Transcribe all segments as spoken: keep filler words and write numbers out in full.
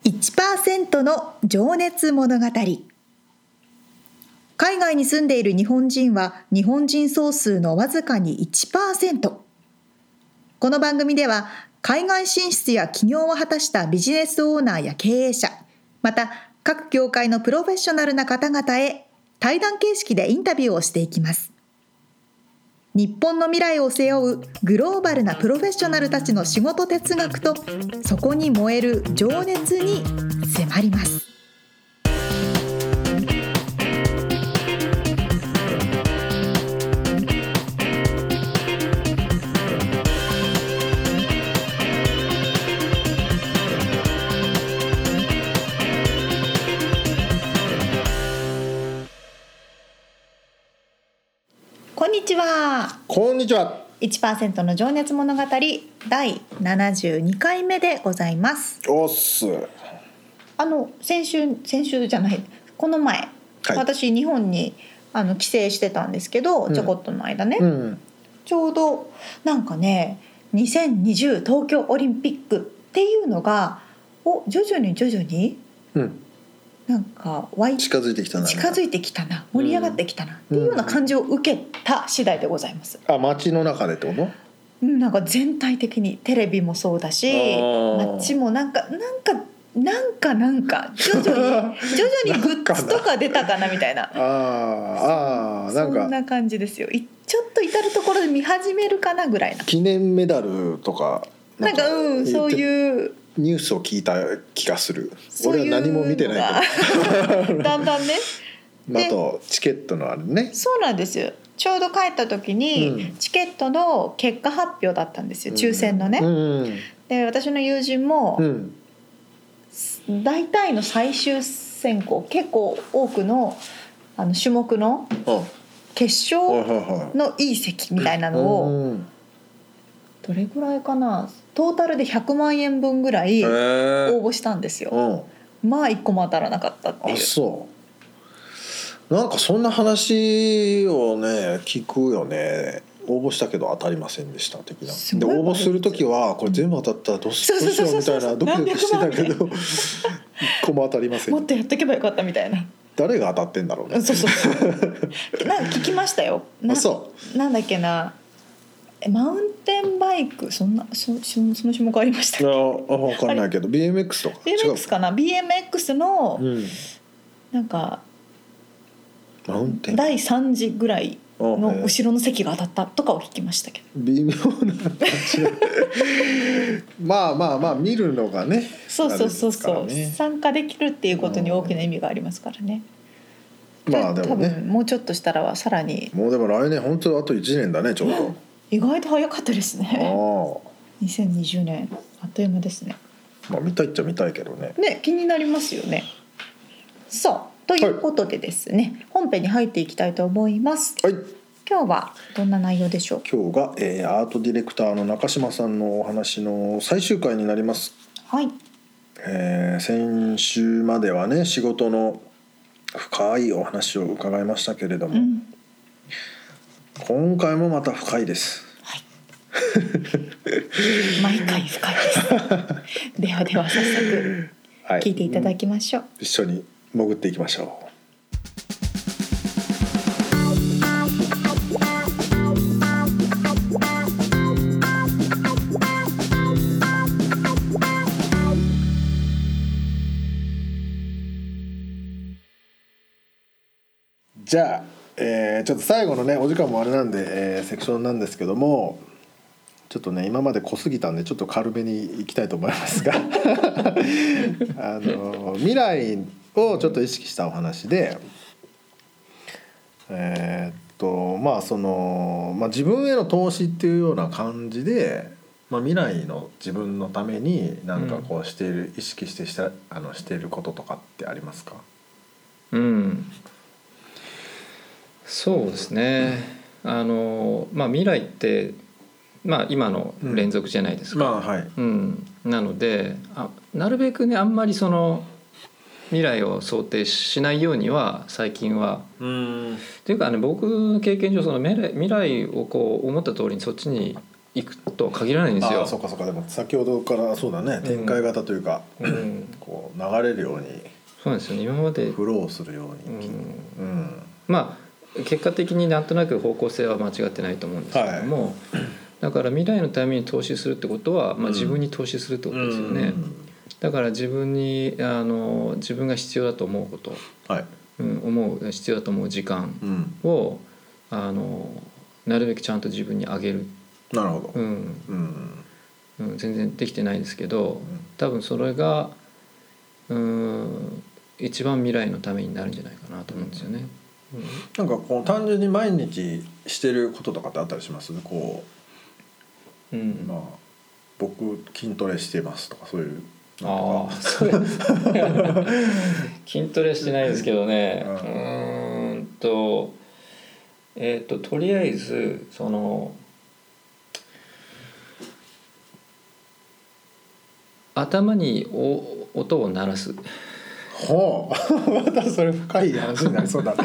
いちパーセント の情熱物語。海外に住んでいる日本人は日本人総数のわずかに いちパーセント。この番組では海外進出や起業を果たしたビジネスオーナーや経営者、また各業界のプロフェッショナルな方々へ対談形式でインタビューをしていきます。日本の未来を背負うグローバルなプロフェッショナルたちの仕事哲学とそこに燃える情熱に迫ります。こんにちは。 こんにちは。 いちパーセント の情熱物語だいななじゅうにかいめでございます。 おっす。 あの先週先週じゃないこの前、はい、私日本にあの帰省してたんですけど、うん、ちょこっとの間ね、うん、ちょうどなんかねにせんにじゅう東京オリンピックっていうのがお徐々に徐々に、うんなんか近づいてきたな近づいてきたな盛り上がってきたな、うん、っていうような感じを受けた次第でございます。 あ、街の中でってこと？ うん、なんか全体的にテレビもそうだし街もなんかなんかなんかなんか徐々に徐々にグッズとか出たかなみたいなああなんかそんな感じですよ。ちょっと至るところで見始めるかなぐらいな記念メダルとかなんかうんそういうニュースを聞いた気がする。俺は何も見てないけどだんだんねあとチケットのあれね。 そうなんですよ。ちょうど帰った時に、うん、チケットの結果発表だったんですよ、抽選のね、うんうん、で私の友人も、うん、大体の最終選考結構多く の, あの種目の決勝のいい席みたいなのを、うん、どれぐらいかなトータルでひゃくまんえんぶんぐらい応募したんですよ、うん、まあいっこも当たらなかったっていう。 あ、そうなんかそんな話をね聞くよね。応募したけど当たりませんでした的なで応募するときはこれ全部当たったらどうしようみたいなドキドキしてたけどいっこも当たりません。 もっとやっとけばよかったみたいな。 誰が当たってんだろうね。 そうそうそうなんか聞きましたよ。な, そうなんだっけなマウンテンバイクそんな そ, その種目ありましたっけ？ ああ分かんないけど ビーエムエックス とかビーエムエックス かな ビーエムエックス の、うん、なんかマウンテンだいさん次ぐらいの後ろの席が当たったとかを聞きましたけど微妙な感じまあまあまあ見るのがねそうそうそうそう、ね、参加できるっていうことに大きな意味がありますからね。 まあでもね多分もうちょっとしたらはさらにもうでも来年本当あといちねんだねちょうど意外と早かったですね。にせんにじゅうねんあっという間ですね。 まあ見たいっちゃ見たいけどね。 ね気になりますよね。そうということでですね、はい、本編に入っていきたいと思います。 はい。 今日はどんな内容でしょう。 今日が、えー、アートディレクターの中島さんのお話の最終回になります。 はい。 えー、先週まではね仕事の深いお話を伺いましたけれども、うん、今回もまた深いです。 はい。毎回深いですではでは早速聞いていただきましょう、はい、 一緒に潜っていきましょう。じゃあ、えー、ちょっと最後のねお時間もあれなんで、えー、セクションなんですけどもちょっとね今まで濃すぎたんでちょっと軽めにいきたいと思いますがあの未来をちょっと意識したお話でえー、っとまあその、まあ、自分への投資っていうような感じで、まあ、未来の自分のために何かこうしている、うん、意識してしたあのしていることとかってありますか？ うんそうですね、あの、まあ、未来って、まあ、今の連続じゃないですか、 うんまあはいうん、なのであなるべくねあんまりその未来を想定しないようには最近はうんっていうかね僕の経験上その未来、未来をこう思った通りにそっちにいくとは限らないんですよ。 あそうかそうか。でも先ほどからそうだね、展開型というか、うん、こう流れるようにそうですよね。今までフローするように、 うんうん、まあ結果的になんとなく方向性は間違ってないと思うんですけども、はい、だから未来のために投資するってことは、まあ、自分に投資するってことですよね、うん、だから自分にあの自分が必要だと思うこと、はいうん、思う必要だと思う時間を、うん、あのなるべくちゃんと自分にあげる。 なるほど、 うんうんうん、全然できてないですけど、多分それがうん一番未来のためになるんじゃないかなと思うんですよね、 うん、なんかこう単純に毎日してることとかってあったりします？こう、うんまあ、僕筋トレしてますとかそういうああそうです筋トレしてないですけどね、うん、うーんとえっととりあえずその頭にお音を鳴らす。 ほうまたそれ深い話になりそうだ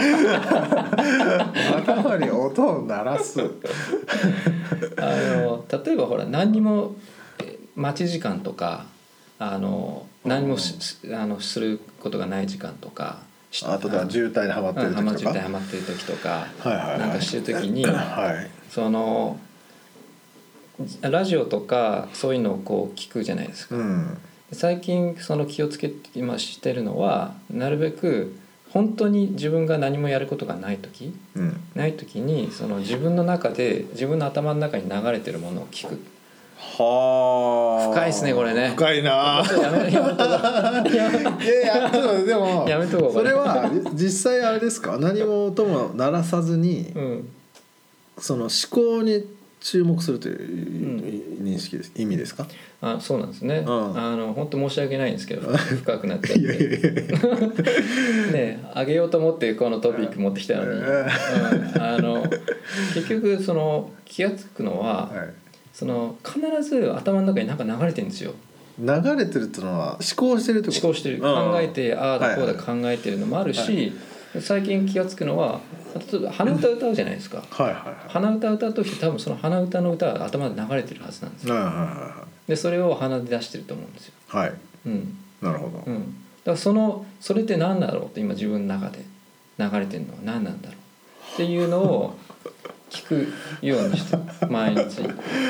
頭に音を鳴らすあの例えばほら何にも待ち時間とかあの何もし、うん、あのすることがない時間とかあとは渋滞にはまってる時とか渋滞にはまってる時とか、 はいはいはい、 なんかしてる時に、 はい、 そのラジオとかそういうのをこう聞くじゃないですか、うん、最近その気をつけて今してるのはなるべく本当に自分が何もやることがない時、うん、ない時にその自分の中で自分の頭の中に流れてるものを聞く。はあ深いですねこれね。 深いな。やめやめとこう。いやいやちょっとでもやめとこうそれは実際あれですか？何も音も鳴らさずに、うん、その思考に注目するという認識です、うん、意味ですか？ あそうなんですね、うん、あの本当申し訳ないんですけど深くなっちゃってねあげようと思ってこのトピック持ってきたのに、うん、あの結局その気が付くのは、はい、その必ず頭の中に何か流れてるんですよ。 流れてるっていうのは思考してるってこと？ 思考してる、考えてああだこうだ考えてるのもあるし、はいはい最近気が付くのは例えば鼻歌歌うじゃないですか、はいはいはい、鼻歌歌う時って多分その鼻歌の歌が頭で流れてるはずなんですよ、はいはいはい、でそれを鼻で出してると思うんですよ、 はいうん、なるほど、 うん、だからそのそれって何だろうって今自分の中で流れてるのは何なんだろうっていうのを聞くようにして毎日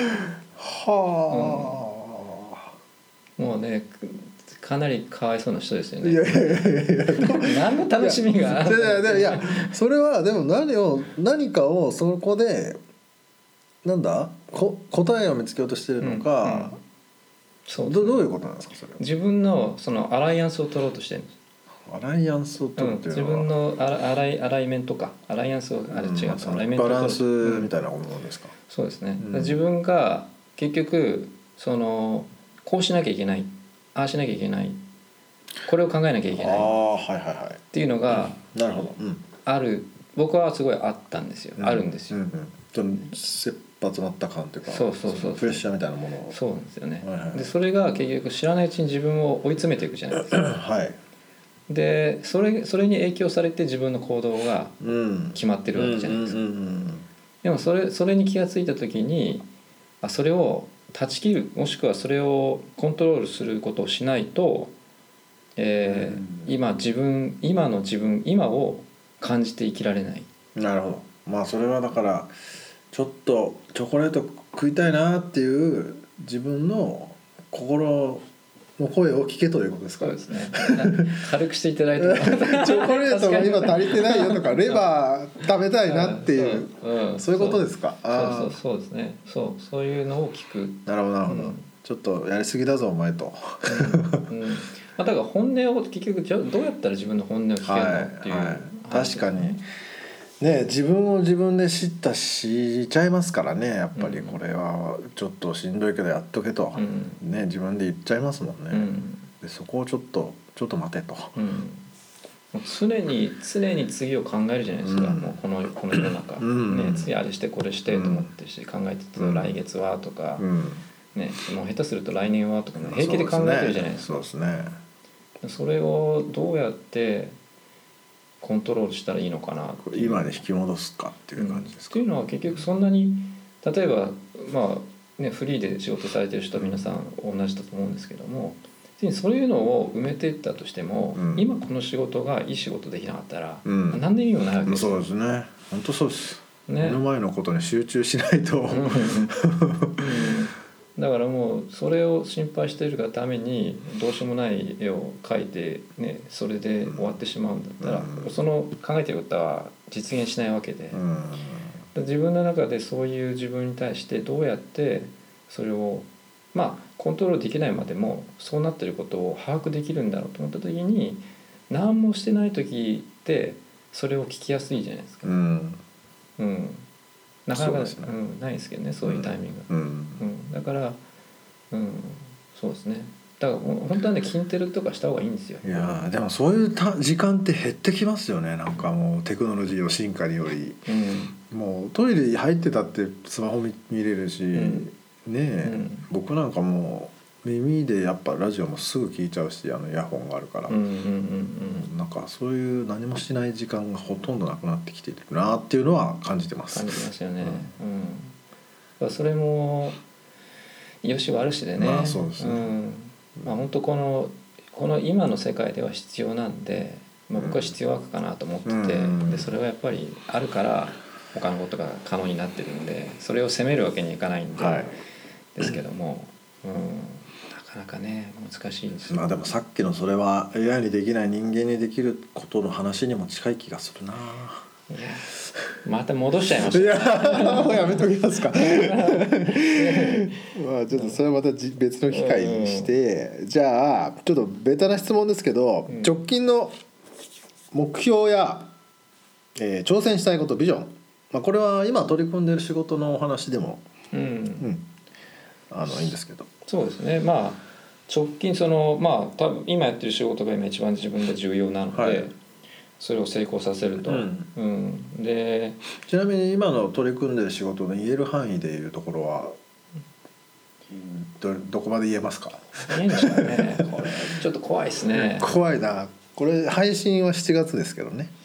はあ、うん、もうねかなりかわいそうな人ですよね。いやいやいやいや何の楽しみがいやいやいやそれはでも何を何かをそこでなんだこ答えを見つけようとしてるのか、うんうん、そう ど, どういうことなんですかそれは。 自分のそのアライアンスを取ろうとしてるんです。 アライアンスを取るっていうのは、 うん、自分のアライアライメントかアライアンスをあれ違う、うん、 そのバランスみたいなものですか、うん、 そうですね、うん、自分が結局そのこうしなきゃいけないああしなきゃいけないこれを考えなきゃいけないっていうのがある僕はすごいあったんですよ、うん、あるんですよ、うんうん、切羽詰まった感というかそうそうそうプレッシャーみたいなものをそうなんですよね、はいはい、でそれが結局知らないうちに自分を追い詰めていくじゃないですか、はい、でそれ、それに影響されて自分の行動が決まってるわけじゃないですか。でもそれ、それに気がついた時にあそれを断ち切るもしくはそれをコントロールすることをしないと、えー、今自分今の自分今を感じて生きられない。 なるほど。まあそれはだからちょっとチョコレート食いたいなっていう自分の心の声を聞けということですか。 そうですね。軽くしていただいてチョコレートが今足りてないよとかレバー食べたいなっていう、そう、うん、そういうことですか。 そうそうそうですね。そうそういうのを聞く。 なるほどなるほど、うん、ちょっとやりすぎだぞお前と、 うんうんまあ、だから本音を結局じゃどうやったら自分の本音を聞けるのっていう、はいはい、 確かにね、自分を自分で知ったしちゃいますからね。やっぱりこれはちょっとしんどいけどやっとけと、うん、ね、自分で言っちゃいますもんね、うん、でそこをちょっとちょっと待てと、うん、 常に常に次を考えるじゃないですか、うん、もうこのこの世の中、うんね、次あれしてこれしてと思ってし考えてて、うん、来月はとか、うんね、もう下手すると来年はとか、ね、平気で考えてるじゃないですか。 そうですね。 それをどうやってコントロールしたらいいのかなっていう、 今に引き戻すかっていう感じですか、 うん、っていうのは結局そんなに例えばまあね、フリーで仕事されてる人は皆さん同じだと思うんですけども、そういうのを埋めていったとしても、うん、今この仕事がいい仕事できなかったら、うん、何の意味もないわけですよ。 そうですね、本当そうです、ね、目の前のことに集中しないと、うんうんだからもうそれを心配しているがためにどうしようもない絵を描いて、ね、それで終わってしまうんだったら、うん、その考えていることは実現しないわけで、うん、自分の中でそういう自分に対してどうやってそれをまあコントロールできないまでもそうなっていることを把握できるんだろうと思った時に、何もしてない時ってそれを聞きやすいじゃないですか。うんうんなかなか、ねうん、ないですけどね、そういうタイミング、うんうん、だから、うん、そうですね。だから本当はね、筋トレとかした方がいいんですよ。 いやでもそういうた時間って減ってきますよね。なんかもうテクノロジーの進化により、うん、もうトイレ入ってたってスマホ 見, 見れるし、うん、ねえ、うん、僕なんかもう耳でやっぱラジオもすぐ聞いちゃうし、あのイヤホンがあるから、うんうんうんうん、なんかそういう何もしない時間がほとんどなくなってきてるなっていうのは感じてます。 感じますよね、うんうん、それも良し悪しでね、 まあそうですね、 うんまあ、本当このこの今の世界では必要なんで、まあ、僕は必要悪かなと思ってて、うん、でそれはやっぱりあるから他のことが可能になってるんで、それを責めるわけにいかないんで、はい、ですけども、うんなかなかね難しいんですよ。 まあでもさっきのそれは エーアイ にできない人間にできることの話にも近い気がするな。 また戻しちゃいました。いやもうやめときますか。まあちょっとそれはまた別の機会にして、じゃあちょっとベタな質問ですけど、直近の目標や、えー、挑戦したいことビジョン、まあ、これは今取り組んでいる仕事のお話でも、うんうん、あのいいんですけど。 そうですね、まあ直近そのまあ多分今やってる仕事が今一番自分で重要なので、はい、それを成功させると、うんうん、でちなみに今の取り組んでる仕事の言える範囲でいうところは ど, どこまで言えますか？ いいんですかねこれちょっと怖いですね。 怖いな。これ配信はしちがつですけどね。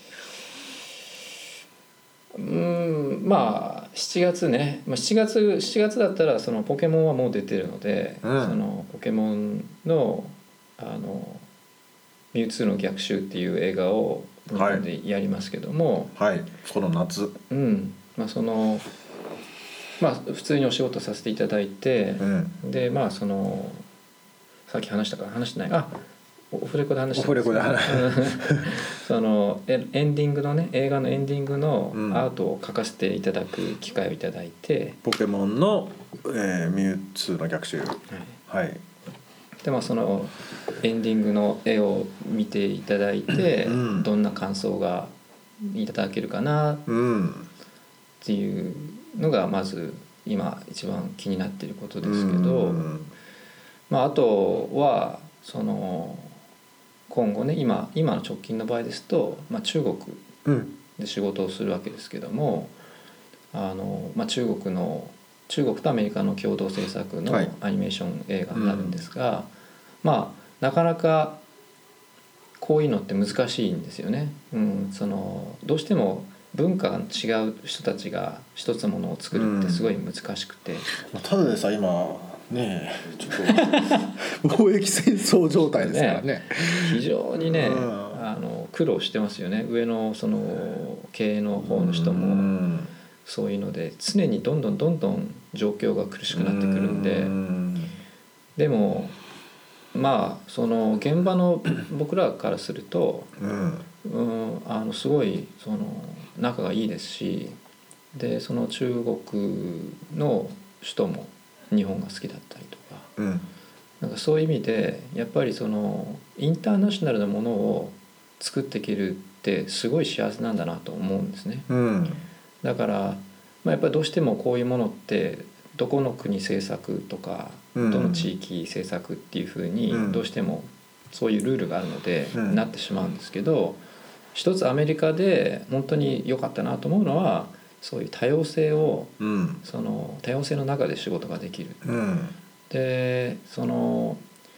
うんまあしちがつね、まあ、しちがつしちがつだったらそのポケモンはもう出てるので、うん、そのポケモンのあのミュウツーの逆襲っていう映画を日本でやりますけども、 はい、はい、この夏、 うんまあそのまあ普通にお仕事させていただいて、うん、でまあそのさっき話したか話してないあオフレコで話したんですけど、そのエンディングのね映画のエンディングのアートを描かせていただく機会をいただいて、うん、 ポケモンの、えー、ミュウツーの逆襲、はい、はい、 でまあそのエンディングの絵を見ていただいて、うん、どんな感想がいただけるかなっていうのがまず今一番気になっていることですけど、うん、まああとはその今後ね 今, 今の直近の場合ですと、まあ、中国で仕事をするわけですけども、あの、まあ、中国の中国とアメリカの共同制作のアニメーション映画になるんですが、はいうん、まあなかなかこういうのって難しいんですよね、うん、そのどうしても文化が違う人たちが一つのものを作るってすごい難しくて、 うん、ただでさ今ねえちょっと貿易戦争状態ですからねね非常にね、うん、あの苦労してますよね。上のその経営の方の人も、うん、そういうので常にどんどんどんどん状況が苦しくなってくるんで、うん、でもまあその現場の僕らからすると、うんうん、あのすごいその仲がいいですし、でその中国の人も日本が好きだったりとか、うん、なんかそういう意味でやっぱりそのインターナショナルなものを作っていけるってすごい幸せなんだなと思うんですね、うん、だから、まあ、やっぱりどうしてもこういうものってどこの国政策とか、うん、どの地域政策っていうふうにどうしてもそういうルールがあるので、うん、なってしまうんですけど、一つアメリカで本当に良かったなと思うのはそういう多様性を、うん、その多様性の中で仕事ができる、うん、でその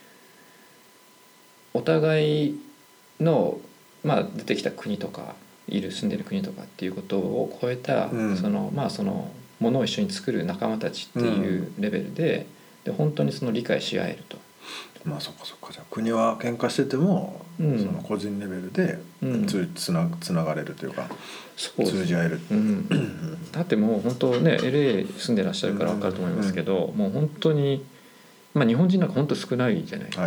お互いの、まあ、出てきた国とかいる住んでる国とかっていうことを超えた、うん、そのまあそのものを一緒に作る仲間たちっていうレベルで、うん、で本当にその理解し合えると。 まあそっかそっか。じゃあ国は喧嘩してても、うん、その個人レベルでつ、つな、つながれるというか、そう通じ合える、 うん、だってもう本当ね エルエー 住んでらっしゃるから分かると思いますけど、うん、もう本当に、まあ、日本人なんか本当少ないじゃないですか、はい、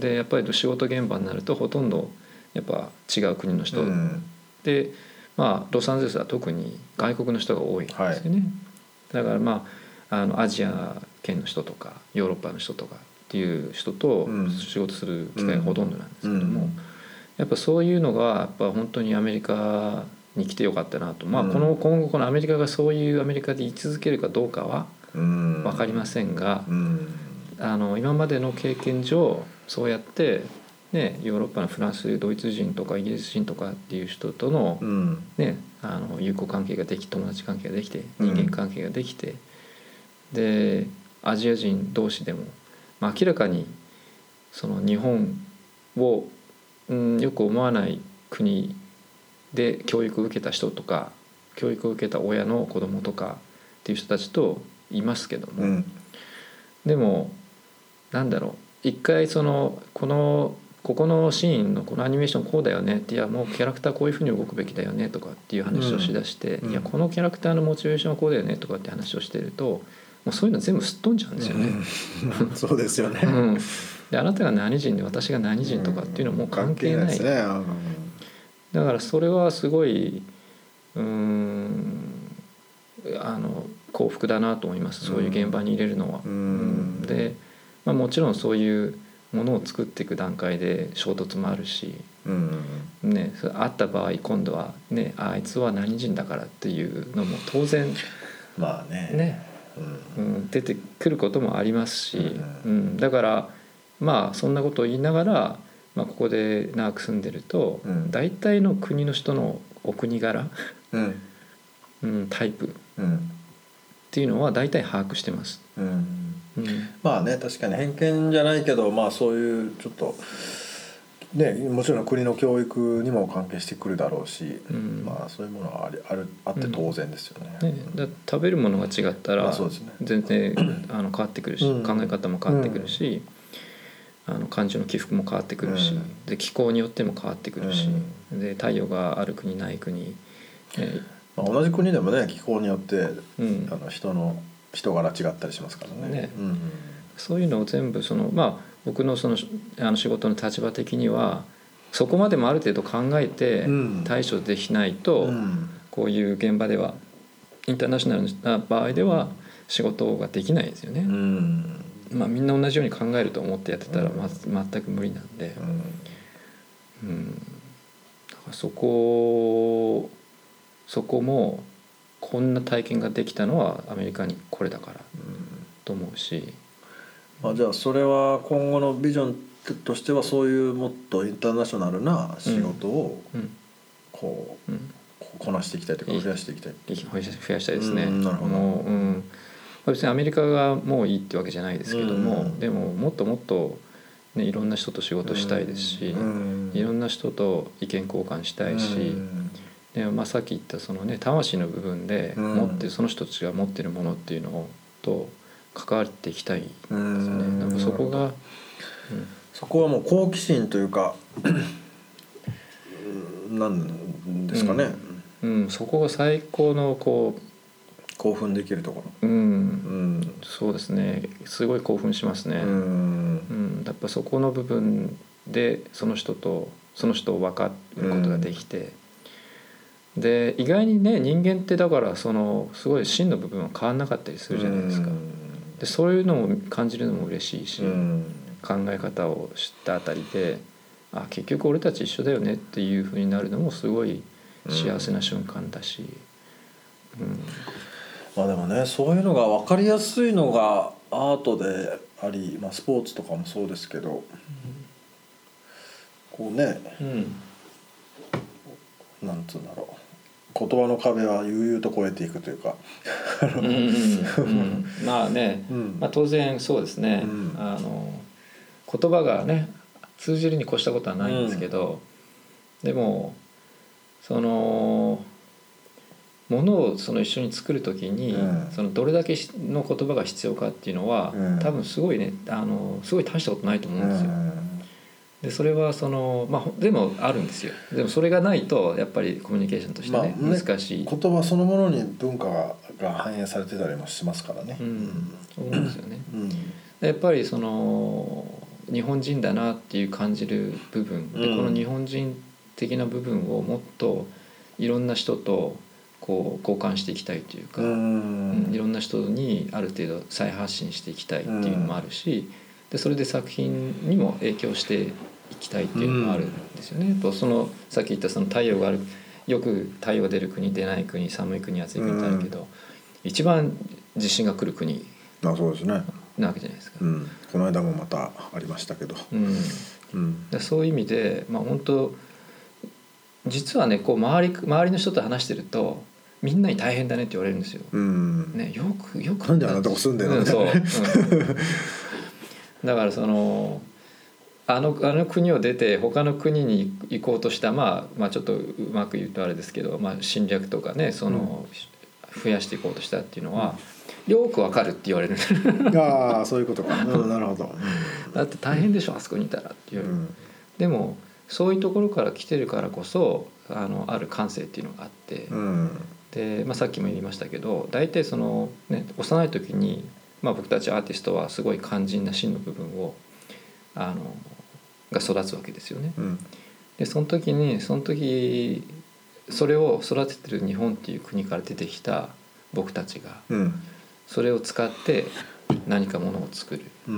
でやっぱり仕事現場になるとほとんどやっぱ違う国の人、うん、で、まあ、ロサンゼルスは特に外国の人が多いんですよね、はい、だからまあ、あのアジア圏の人とかヨーロッパの人とかっていう人と仕事する機会がほとんどなんですけども、やっぱそういうのがやっぱ本当にアメリカに来てよかったなと、まあ、この今後このアメリカがそういうアメリカで居続けるかどうかは分かりませんが、あの今までの経験上そうやって、ね、ヨーロッパのフランスドイツ人とかイギリス人とかっていう人との、ね、あの友好関係ができ友達関係ができて人間関係ができて、でアジア人同士でも、まあ、明らかにその日本を、うん、よく思わない国で教育を受けた人とか教育を受けた親の子供とかっていう人たちといますけども、うん、でもなんだろう一回そのこのここのシーンのこのアニメーションこうだよねっていやもうキャラクターこういうふうに動くべきだよねとかっていう話をしだして、うん、いやこのキャラクターのモチベーションはこうだよねとかって話をしてるともうそういうの全部すっ飛んじゃうんですよね、 うん、そうですよね、うん、 であなたが何人で私が何人とかっていうのはもう関係ない、うん、関係ないですね、うん、だからそれはすごいうーんあの幸福だなと思います、そういう現場に入れるのは、うん、で、まあ、もちろんそういうものを作っていく段階で衝突もあるし、うんね、それあった場合今度は、ね、あいつは何人だからっていうのも当然まあね、 ねうん、出てくることもありますし、うんうん、だからまあそんなことを言いながら、まあ、ここで長く住んでると、うん、大体の国の人のお国柄、うんうん、タイプ、うん、っていうのは大体把握してます、うんうん、まあね確かに偏見じゃないけど、まあ、そういうちょっとねもちろん国の教育にも関係してくるだろうし、うん、まあそういうものはありあるあって当然ですよね、 うんね、だ食べるものが違ったら全然あの変わってくるし、うん、考え方も変わってくるし、うん、あの感情の起伏も変わってくるし、うん、で気候によっても変わってくるし、うん、で太陽がある国ない国、ねまあ、同じ国でもね気候によって、うん、あの人の人柄違ったりしますからね、ね、うん、 そういうのを全部そのまあ僕のそのあの仕事の立場的にはそこまでもある程度考えて対処できないと、うん、こういう現場ではインターナショナルな場合では仕事ができないですよね、うんまあ、みんな同じように考えると思ってやってたらまず全く無理なんで、うんうん、だからそこそこもこんな体験ができたのはアメリカにこれだからと思うし、 あじゃあそれは今後のビジョンとしてはそういうもっとインターナショナルな仕事をこう、うんうん、こなしていきたいというか増やしていきたい増やしたいですね、 うん、なるほどもう、うん、別にアメリカがもういいってわけじゃないですけども、うん、でももっともっと、ね、いろんな人と仕事したいですし、うん、いろんな人と意見交換したいし、うんでまあ、さっき言ったその、ね、魂の部分で持ってその人たちが持ってるものっていうのをと関わっていきたいですね。なんかそこが、うん、 そこはもう好奇心というかなんですかね、 うんうん、そこが最高のこう興奮できるところ、うんうん、そうですねすごい興奮しますね、うんうん、やっぱそこの部分でその人とその人を分かることができて、うん、で意外にね人間ってだからそのすごい真の部分は変わんなかったりするじゃないですか、うん、でそういうのを感じるのも嬉しいし、うん、考え方を知ったあたりであ結局俺たち一緒だよねっていう風になるのもすごい幸せな瞬間だし、 うんうんまあ、でもねそういうのが分かりやすいのがアートであり、まあ、スポーツとかもそうですけど、うん、こうね、うん、なんつうんだろう言葉の壁は悠々と越えていくというかうんうん、うん、まあね、うんまあ、当然そうですね、うん、あの言葉がね通じるに越したことはないんですけど、うん、でもそのものをその一緒に作る時に、うん、そのどれだけの言葉が必要かっていうのは、うん、多分すごいねあのすごい大したことないと思うんですよ。うん、でそれはその、まあ、でもあるんですよ。でもそれがないとやっぱりコミュニケーションとしてね、まあ、ね難しい。 言葉そのものに文化が反映されてたりもしますからね。 うん、そうなんですよね。うん、やっぱりその日本人だなっていう感じる部分で、うん、この日本人的な部分をもっといろんな人とこう交換していきたいというか、うんうん、いろんな人にある程度再発信していきたいっていうのもあるし、でそれで作品にも影響していきたいっていうのもあるんですよね。うん、そのさっき言ったその太陽がある、よく太陽出る国出ない国、寒い国暑い国ってあるけど、うん、一番地震が来る国あそうですねなわけじゃないですか。 うん、この間もまたありましたけど、うんうん、でそういう意味で、まあ、本当実はねこう周り、周りの人と話してるとみんなに大変だねって言われるんですよ。うんね、よくよくなんであんなとこ住んでるの、 うん、そう、うん、だからそのあの、あの国を出て他の国に行こうとした、まあ、まあちょっとうまく言うとあれですけど、まあ、侵略とかねその、うん、増やしていこうとしたっていうのは、うん、よくわかるって言われるああそういうことか、うん、なるほど、 うん、だって大変でしょあそこにいたらっていう、うん、でもそういうところから来てるからこそ あの、ある感性っていうのがあって、うんでまあ、さっきも言いましたけど大体その、ね、幼い時に、まあ、僕たちアーティストはすごい肝心な芯の部分をあのが育つわけですよね。うん、でその時にその時それを育ててる日本っていう国から出てきた僕たちが、うん、それを使って何かものを作る、うんうん、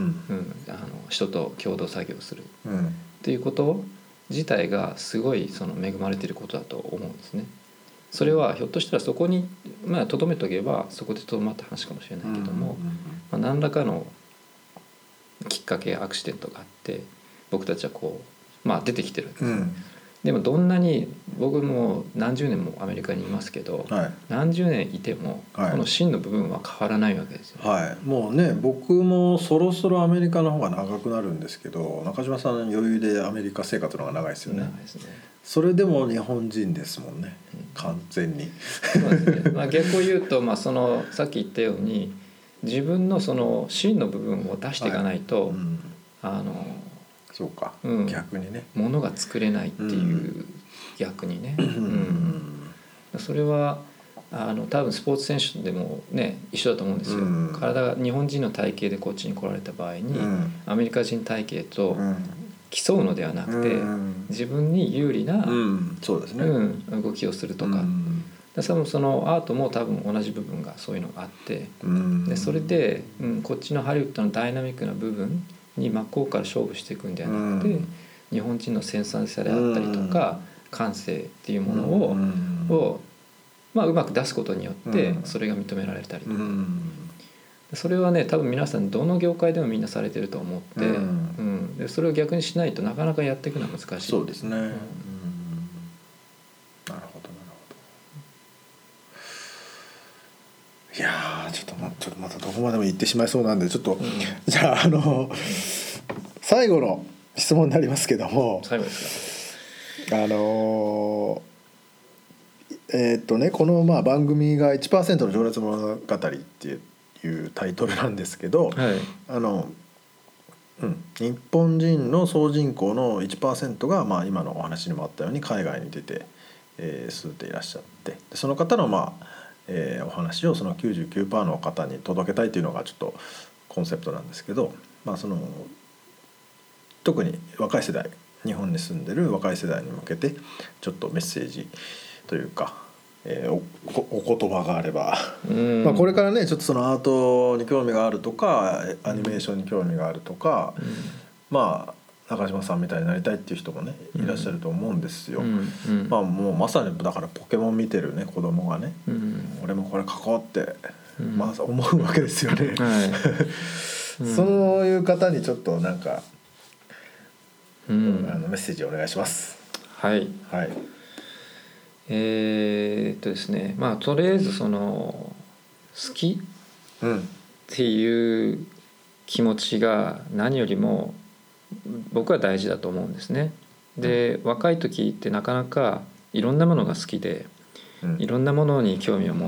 あの人と共同作業する、うん、っていうこと自体がすごいその恵まれていることだと思うんですね。それはひょっとしたらそこにまあ留めとけばそこでとどまった話かもしれないけども、まあ、何らかのきっかけアクシデントがあって僕たちはこう、まあ、出てきてるんです、うん、でもどんなに僕も何十年もアメリカにいますけど、はい、何十年いてもこの芯の部分は変わらないわけですよ、 はい、もうね僕もそろそろアメリカの方が長くなるんですけど中島さん余裕でアメリカ生活の方が長いですよね。長いですね。それでも日本人ですもんね、うん、完全にそうですね、まあ、逆を言うと、まあ、そのさっき言ったように自分のその芯の部分を出していかないと、はいうん、あのそうか、うん、逆にねものが作れないっていう、うん、逆にね、うんうん、それはあの多分スポーツ選手でもね一緒だと思うんですよ、うん、体が日本人の体型でこっちに来られた場合に、うん、アメリカ人体型と競うのではなくて、うん、自分に有利な、 うんそうですねうん、動きをするとか、うん多分そのアートも多分同じ部分がそういうのがあってでそれで、うん、こっちのハリウッドのダイナミックな部分に真っ向から勝負していくんではなくて日本人の繊細さであったりとか感性っていうものを、をまあ、うまく出すことによってそれが認められたりとかそれはね多分皆さんどの業界でもみんなされてると思って、うんうん、でそれを逆にしないとなかなかやっていくのは難しい。 そうですね、うんいやちょっとまちょっとまたどこまでも行ってしまいそうなんでちょっと、うん、じゃああの、うん、最後の質問になりますけども最後ですかあのえー、っとねこのまあ番組が いちパーセント の情熱物語っていうタイトルなんですけど、はい、あの、うん、日本人の総人口の いちパーセント がまあ今のお話にもあったように海外に出て、えー、住んでいらっしゃってでその方のまあえー、お話をその きゅうじゅうきゅうパーセント の方に届けたいというのがちょっとコンセプトなんですけど、まあ、その特に若い世代日本に住んでる若い世代に向けてちょっとメッセージというか、えー、お, お言葉があれば、まあ、これからねちょっとそのアートに興味があるとかアニメーションに興味があるとか、まあ中島さんみたいになりたいっていう人もねいらっしゃると思うんですよ、うんうん、まあもうまさにだからポケモン見てるね子供がね、うん、俺もこれ書こうって、うん、まあ思うわけですよね、はいうん、そういう方にちょっとなんか、うん、あのメッセージお願いします。 はい、はい、えー、っとですねまあとりあえずその好きっていう気持ちが何よりも僕は大事だと思うんですね。で、うん、若い時ってなかなかいろんなものが好きでうん、 いろんなものに興味を持って、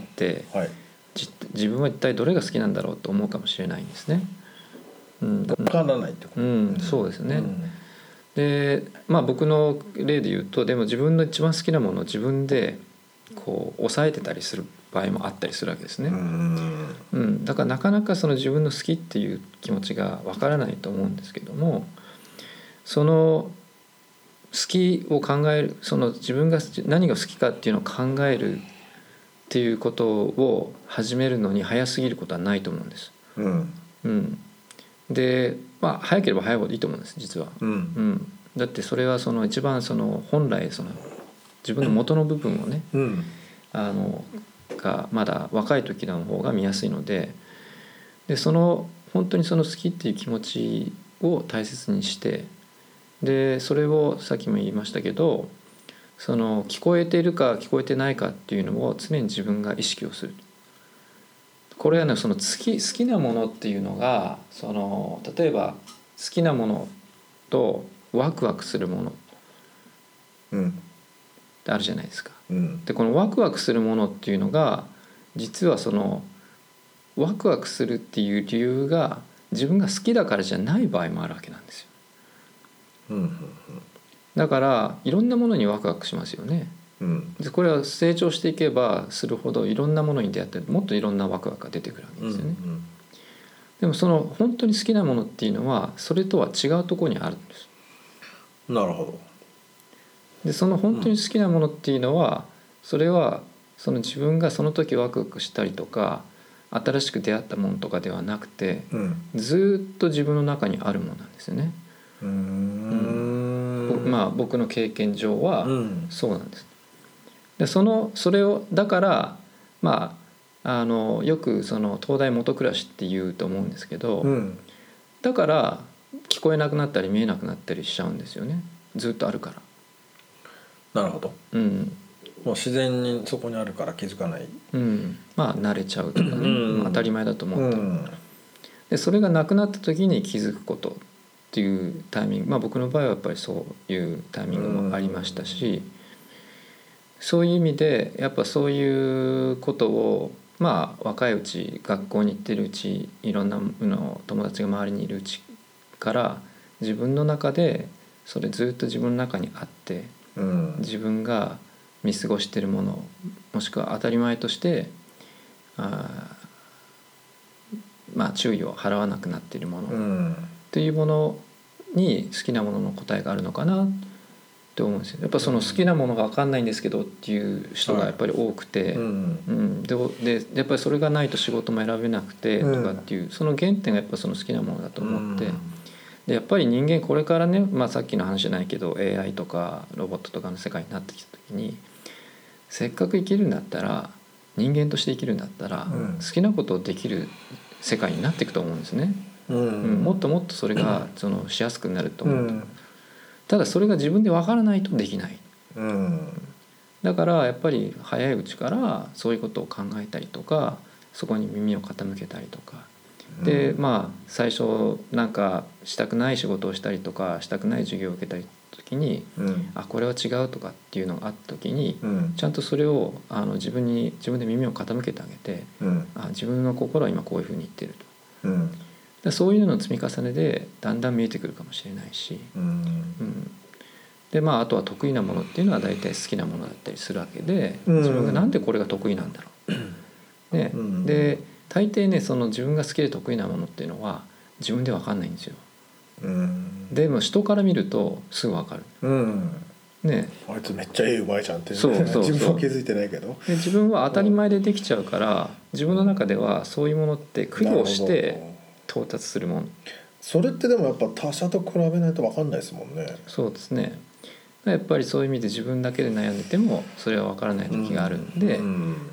はい、 自分は一体どれが好きなんだろうと思うかもしれないんですね。 うん、分からないってこと、 うん、そうですね、うん、でまあ僕の例で言うとでも自分の一番好きなものを自分でこう抑えてたりする場合もあったりするわけですね、 うんうん、だからなかなかその自分の好きっていう気持ちがわからないと思うんですけども、その好きを考える、その自分が何が好きかっていうのを考えるっていうことを始めるのに早すぎることはないと思うんです、 うんうん、で、まあ、早ければ早いほどいいと思うんです実は、 うんうん、 だってそれはその一番その本来その自分の元の部分をね、 うん、 あのがまだ若い時の方が見やすいので、でその本当にその好きっていう気持ちを大切にして、でそれをさっきも言いましたけど、その聞こえているか聞こえてないかっていうのを常に自分が意識をする。これはねその好き、好きなものっていうのがその例えば好きなものとワクワクするものってあるじゃないですか、 うん、 でこのワクワクするものっていうのが実はそのワクワクするっていう理由が自分が好きだからじゃない場合もあるわけなんですよ、 うんうんうん、 だからいろんなものにワクワクしますよね、 うん、 でこれは成長していけばするほどいろんなものに出会ってもっといろんなワクワクが出てくるわけですよね、 うんうん、 でもその本当に好きなものっていうのはそれとは違うところにあるんです。 なるほど。 でその本当に好きなものっていうのは、それはその自分がその時ワクワクしたりとか新しく出会ったものとかではなくて、 うん、 ずっと自分の中にあるものなんですよね。 うーん、 うん、まあ僕の経験上はそうなんです。でそのそれをだからまああのよくその東大元暮らしって言うと思うんですけど、 うん、 だから聞こえなくなったり見えなくなったりしちゃうんですよね。ずっとあるから。 なるほど。 うん、 もう自然にそこにあるから気づかない。 うん、まあ慣れちゃうとかね、 うんまあ、当たり前だと思ってる、 うん、 でそれがなくなった時に気づくことっていうタイミング、まあ僕の場合はやっぱりそういうタイミングもありましたし、そういう意味でやっぱそういうことをまあ若いうち学校に行ってるうちいろんなの友達が周りにいるうちから自分の中でそれずっと自分の中にあって、 うん、 自分が見過ごしているものもしくは当たり前としてあまあ注意を払わなくなっているもの、 うん、 というものに好きなものの答えがあるのかなって思うんですよ。やっぱその好きなものが分かんないんですけどっていう人がやっぱり多くて、 はい、うんうん、で, でやっぱりそれがないと仕事も選べなくてとかっていう、うん、その原点がやっぱその好きなものだと思って、うん、でやっぱり人間これからね、まあ、さっきの話じゃないけど エーアイ とかロボットとかの世界になってきた時にせっかく生きるんだったら人間として生きるんだったら、うん、好きなことをできる世界になっていくと思うんですね、 うんうん、 もっともっとそれがそのしやすくなると思う、うん、ただそれが自分で分からないとできない、 うん、 だからやっぱり早いうちからそういうことを考えたりとかそこに耳を傾けたりとかで、うん、まあ最初なんかしたくない仕事をしたりとかしたくない授業を受けたり時に、うん、あこれは違うとかっていうのがあった時に、うん、ちゃんとそれをあの自分に自分で耳を傾けてあげて、うん、あ自分の心は今こういうふうに言ってると、うん、でそういうのの積み重ねでだんだん見えてくるかもしれないし、うんうん、でまああとは得意なものっていうのは大体好きなものだったりするわけで、うん、自分がなんでこれが得意なんだろう、ねうん、で大抵ねその自分が好きで得意なものっていうのは自分で分かんないんですよ。うん、でも人から見るとすぐ分かる、うんね、 あいつめっちゃええうまいじゃんって、ね、 そうそうそう自分は気づいてないけどで自分は当たり前でできちゃうから、自分の中ではそういうものって苦労して到達するもの。 それってでもやっぱ他者と比べないと分かんないですもんね。 そうですね。やっぱりそういう意味で自分だけで悩んでてもそれは分からない時があるんで、うん、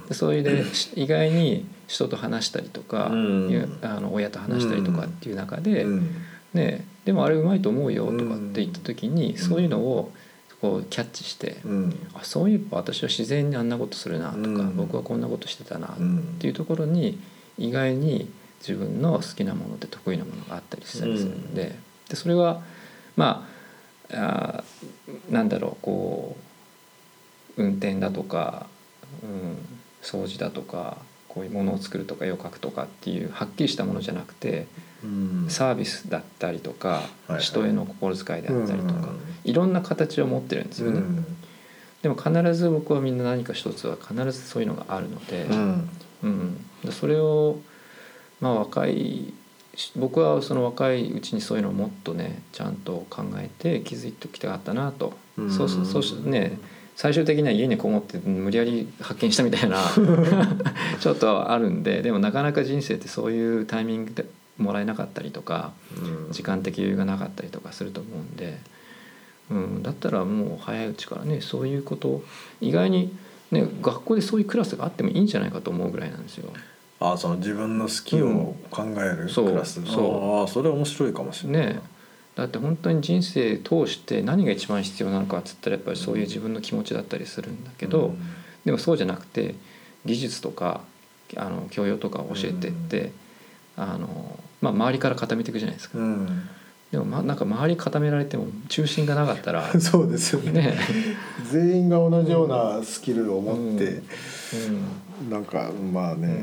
でそういうで意外に人と話したりとか、うん、あの親と話したりとかっていう中で、うんね、でもあれうまいと思うよとかって言った時に、そういうのをこうキャッチして、あそういえば私は自然にあんなことするなとか、僕はこんなことしてたなっていうところに意外に自分の好きなもので得意なものがあったりしたりするので、でそれはまああなんだろうこう運転だとか掃除だとかこういうものを作るとか絵を描くとかっていうはっきりしたものじゃなくて、うん、サービスだったりとか、はいはい、人への心遣いであったりとか、うん、いろんな形を持ってるんですよね、うん、でも必ず僕はみんな何か一つは必ずそういうのがあるので、うんうん、それをまあ若い僕はその若いうちにそういうのをもっとねちゃんと考えて気づいておきたかったなと、うん、そうそうそうね最終的には家にこもって無理やり発見したみたいなちょっとあるんで、でもなかなか人生ってそういうタイミングでもらえなかったりとか、うん、時間的余裕がなかったりとかすると思うんで、うん、だったらもう早いうちからねそういうこと意外にね学校でそういうクラスがあってもいいんじゃないかと思うぐらいなんですよ。 ああその自分の好きを考えるクラス、うん、そうそうああそれは面白いかもしれないね。だって本当に人生通して何が一番必要なのかっつったらやっぱりそういう自分の気持ちだったりするんだけど、うん、でもそうじゃなくて技術とかあの教養とかを教えてって、うん、あのまあ、周りから固めていくじゃないですか、うん、でも、ま、なんか周り固められても中心がなかったらそうですよ ね, ね全員が同じようなスキルを持って、うんうん、なんかまあね、うん、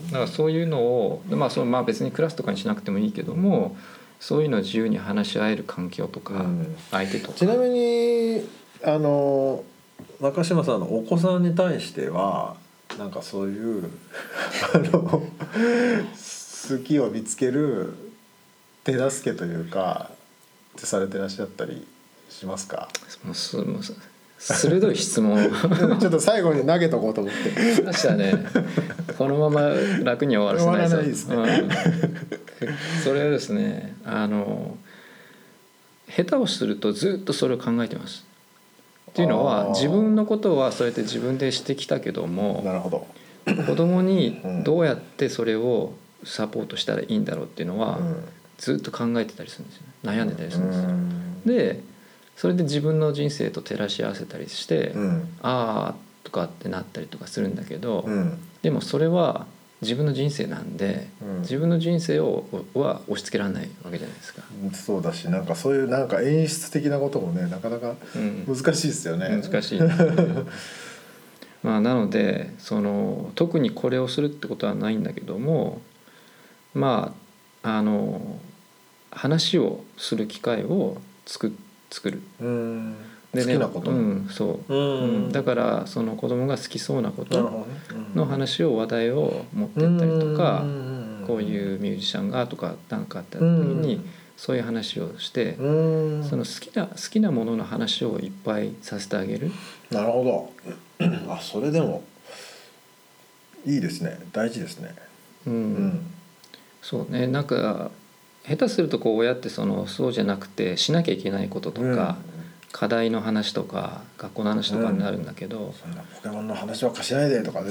だからそういうのを、まあそのまあ、別にクラスとかにしなくてもいいけどもそういうのを自由に話し合える環境とか、うん、相手とか。 ちなみにあの中島さんのお子さんに対してはなんかそういうあの好きを見つける手助けというかってされてらっしゃったりしますか？ もうすもう鋭い質問ちょっと最後に投げとこうと思ってましたね。このまま楽に終わらせないです終わらないですね、うん、それはですねあの下手をするとずっとそれを考えてます。っていうのは自分のことはそうやって自分でしてきたけどもなるほど子供にどうやってそれをサポートしたらいいんだろうっていうのはずっと考えてたりするんですよ、ね、悩んでたりするんですよ。でそれで自分の人生と照らし合わせたりして、うん、ああとかってなったりとかするんだけど、うん、でもそれは自分の人生なんで、うん、自分の人生をは押し付けられないわけじゃないですか。 そうだしなんかそういうなんか演出的なこともねなかなか難しいですよね、 うん、難しいまあなのでその特にこれをするってことはないんだけどもまああの話をする機会を作って作るうんで、ね、好きなこと、 うん、そう、うん、だからその子供が好きそうなことの話を話題を持ってったりとか、こういうミュージシャンがとか何かあった時にそういう話をしてその好きな好きなものの話をいっぱいさせてあげる。 なるほどあそれでもいいですね大事ですね、 うんうん、そうねなんか下手するとこう親ってそのそうじゃなくてしなきゃいけないこととか、うん、課題の話とか学校の話とかになるんだけど、うん、 そんなポケモンの話ばっかしないでとかね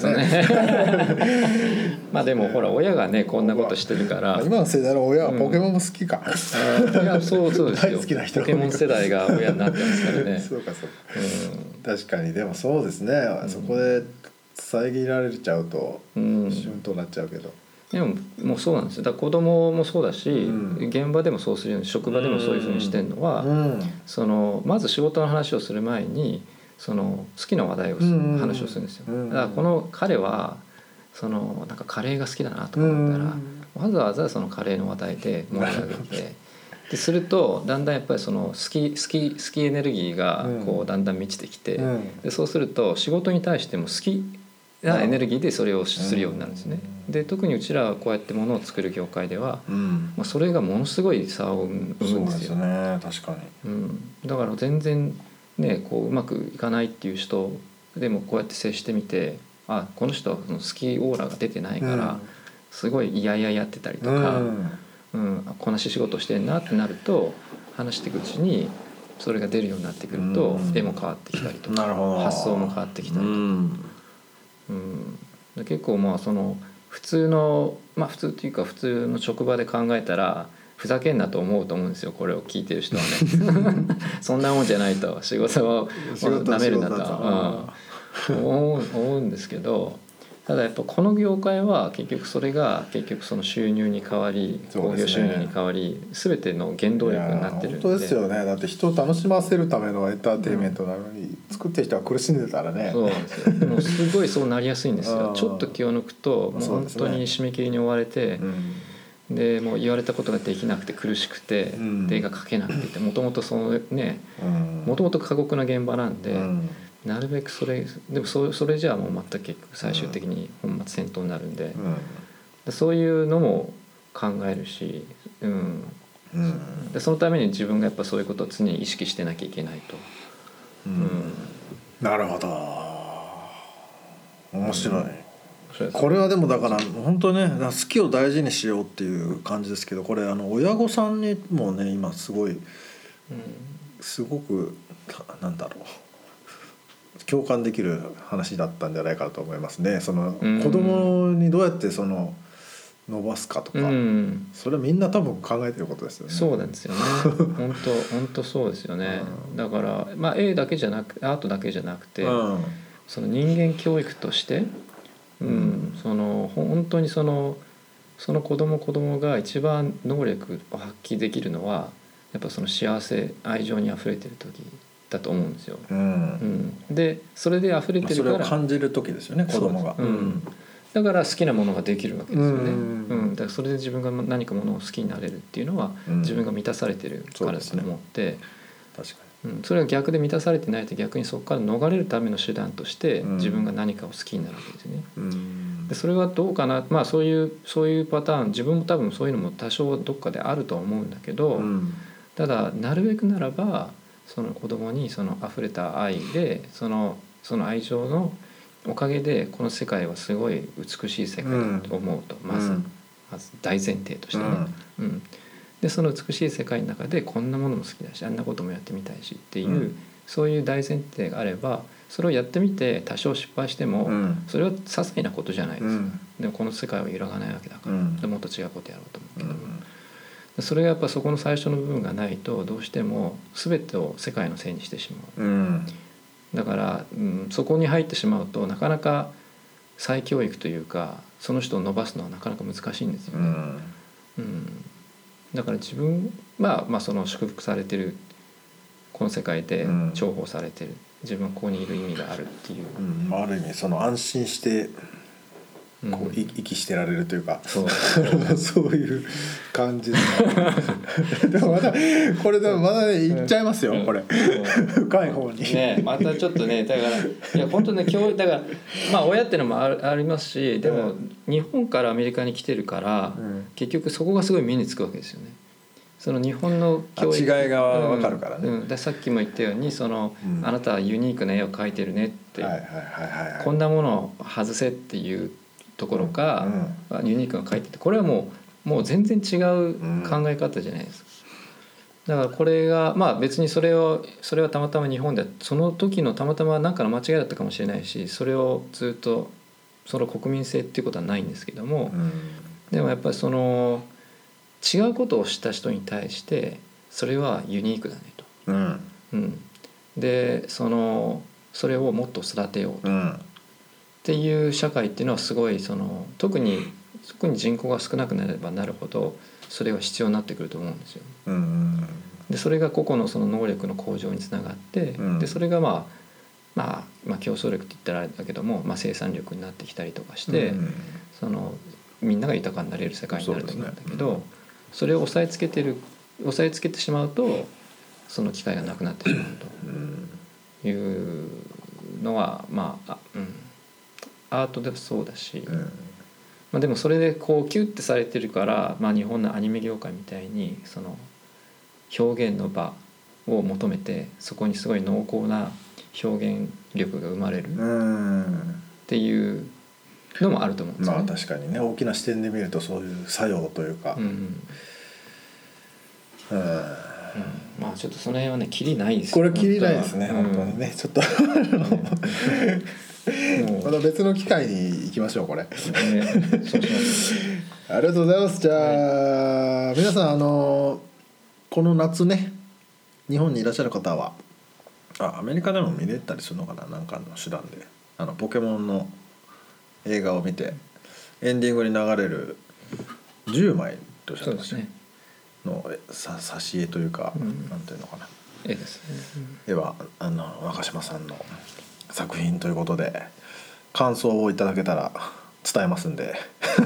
まあでもほら親がねこんなことしてるから今の世代の親はポケモンも好きか、 うん、いやそうそうですよ大好きな人ポケモン世代が親になってますからねそうかそうか、うん、確かにでもそうですね、うん、そこで遮られちゃうとシュンとなっちゃうけど、 でももうそうなんですよ。だから子供もそうだし、うん、現場でもそうするように職場でもそういうふうにしてるのは、うん、そのまず仕事の話をする前にその好きな話題を、うん、話をするんですよ。だからこの彼はそのなんかカレーが好きだなとか思ったら、わざわざそのカレーの話題で盛り上げてでするとだんだんやっぱりその好き好き好きエネルギーがこうだんだん満ちてきて、でそうすると仕事に対しても好きなエネルギーでそれをするようになるんですね。で特にうちらはこうやってものを作る業界では、うんまあ、それがものすごい差を生むんですよ。そうですね確かに、 うん、だから全然ねこううまくいかないっていう人でもこうやって接してみてあこの人はその好きオーラが出てないから、うん、すごい嫌々やってたりとか、うんうん、こなし仕事してんなってなると話していくうちにそれが出るようになってくると、うん、絵も変わってきたりとか発想も変わってきたりとか、うんうん、結構まあその普通のまあ普通っていうか普通の職場で考えたらふざけんなと思うと思うんですよこれを聞いてる人はねそんなもんじゃないと仕事をなめるなと、うん、思う、思うんですけどただやっぱこの業界は結局それが結局その収入に変わり、興行収入に変わり全ての原動力になってるんで。 本当ですよね。だって人を楽しませるためのエンターテインメントなのに、うん、作ってる人は苦しんでたらね。 そうなんですよ。もうすごいそうなりやすいんですよ。ちょっと気を抜くともう本当に締め切りに追われて、うん、でもう言われたことができなくて苦しくて、うん、で絵が描けなくて、もともとそのね、もともと過酷な現場なんで。うん、なるべくそれでも そ, それじゃあもう全く結局最終的に本末転倒になるんで、うん、そういうのも考えるし、うんうん、でそのために自分がやっぱそういうことを常に意識してなきゃいけないと、 うんうん、なるほど、面白い、うん、これはでもだから本当ね好きを大事にしようっていう感じですけど、これあの親御さんにもね今すごい、うん、すごくなんだろう共感できる話だったんじゃないかと思いますね。その子供にどうやってその伸ばすかとか、うん、それはみんな多分考えてることですよね。 そうなんですよね。本当本当そうですよね。うん、だからまあ絵だけじゃなくアートだけじゃなくて、うん、その人間教育として、うんうん、その本当にそのその子供子供が一番能力を発揮できるのはやっぱその幸せ愛情にあふれてる時だと思うんですよ、うんうん、でそれで溢れてるから、 まあ、それを感じる時ですよね子供が、 うん、だから好きなものができるわけですよね、うんうん、だからそれで自分が何かものを好きになれるっていうのは、うん、自分が満たされてるからだと思って、 確かに、うん、それが逆で満たされてないと逆にそこから逃れるための手段として自分が何かを好きになるわけですよね、うん、でそれはどうかな、まあそういうそういうパターン自分も多分そういうのも多少どっかであると思うんだけど、うん、ただなるべくならばその子供にその溢れた愛でそのその愛情のおかげでこの世界はすごい美しい世界だと思うと、うん、まず、まず大前提としてね、うんうん、でその美しい世界の中でこんなものも好きだしあんなこともやってみたいしっていう、うん、そういう大前提があればそれをやってみて多少失敗しても、うん、それは些細なことじゃないですか、うん、でもこの世界は揺らがないわけだから、うん、でもっと違うことやろうと思うけども、うんそれがやっぱそこの最初の部分がないとどうしても全てを世界のせいにしてしまう、うん、だから、うん、そこに入ってしまうとなかなか再教育というかその人を伸ばすのはなかなか難しいんですよね、うんうん、だから自分は、まあ、その祝福されてるこの世界で重宝されてる自分はここにいる意味があるっていう、 うん、ある意味その安心してこう息してられるというか、うん、そうそういう感じででもまだこれでもまだね言っちゃいますよ、うん、これ深い方にねまたちょっとねだからいや本当ね教育だからまあ親ってのも あ, ありますしでも日本からアメリカに来てるから、うん、結局そこがすごい目につくわけですよね。その日本の教育違いが分かるからね、 うんうん、でさっきも言ったようにその、うん、あなたはユニークな絵を描いてるねって、はいはいはいはい、こんなものを外せっていうところか、うん、ユニークな描いててこれはもう、もう全然違う考え方じゃないですか、だからこれがまあ別にそれをそれはたまたま日本でその時のたまたま何かの間違いだったかもしれないしそれをずっとその国民性っていうことはないんですけども、うん、でもやっぱりその違うことをした人に対してそれはユニークだねと、うんうん、でそのそれをもっと育てようと、うん、っていう社会っていうのはすごいその特に特に人口が少なくなればなるほどそれは必要になってくると思うんですよ、うん、でそれが個々のその能力の向上につながって、うん、でそれが、まあ、まあまあ競争力って言ったらあれだけども、まあ、生産力になってきたりとかして、うん、そのみんなが豊かになれる世界になると思うんだけど そ,、ねうん、それを押さえつけてる押さえつけてしまうとその機会がなくなってしまうというのはまあ、うん、アートでもそうだし、うんまあ、でもそれでこうキュッてされてるから、まあ、日本のアニメ業界みたいにその表現の場を求めてそこにすごい濃厚な表現力が生まれるっていうのもあると思うんですよね。 まあ確かにね大きな視点で見るとそういう作用というか、うんうんうん、まあちょっとその辺はねキリないですこれキリないですね本当にね、うん、ちょっとまた別の機会に行きましょうこれ、ね、そうしますありがとうございます。じゃあ、はい、皆さんあのこの夏ね日本にいらっしゃる方はあアメリカでも見れたりするのかななんかの手段であのポケモンの映画を見てエンディングに流れるじゅうまいとしたんですねのさ挿絵というか、うん、なんていうのかな絵ですね、 うん、絵はあの中島さんの作品ということで感想をいただけたら伝えますんで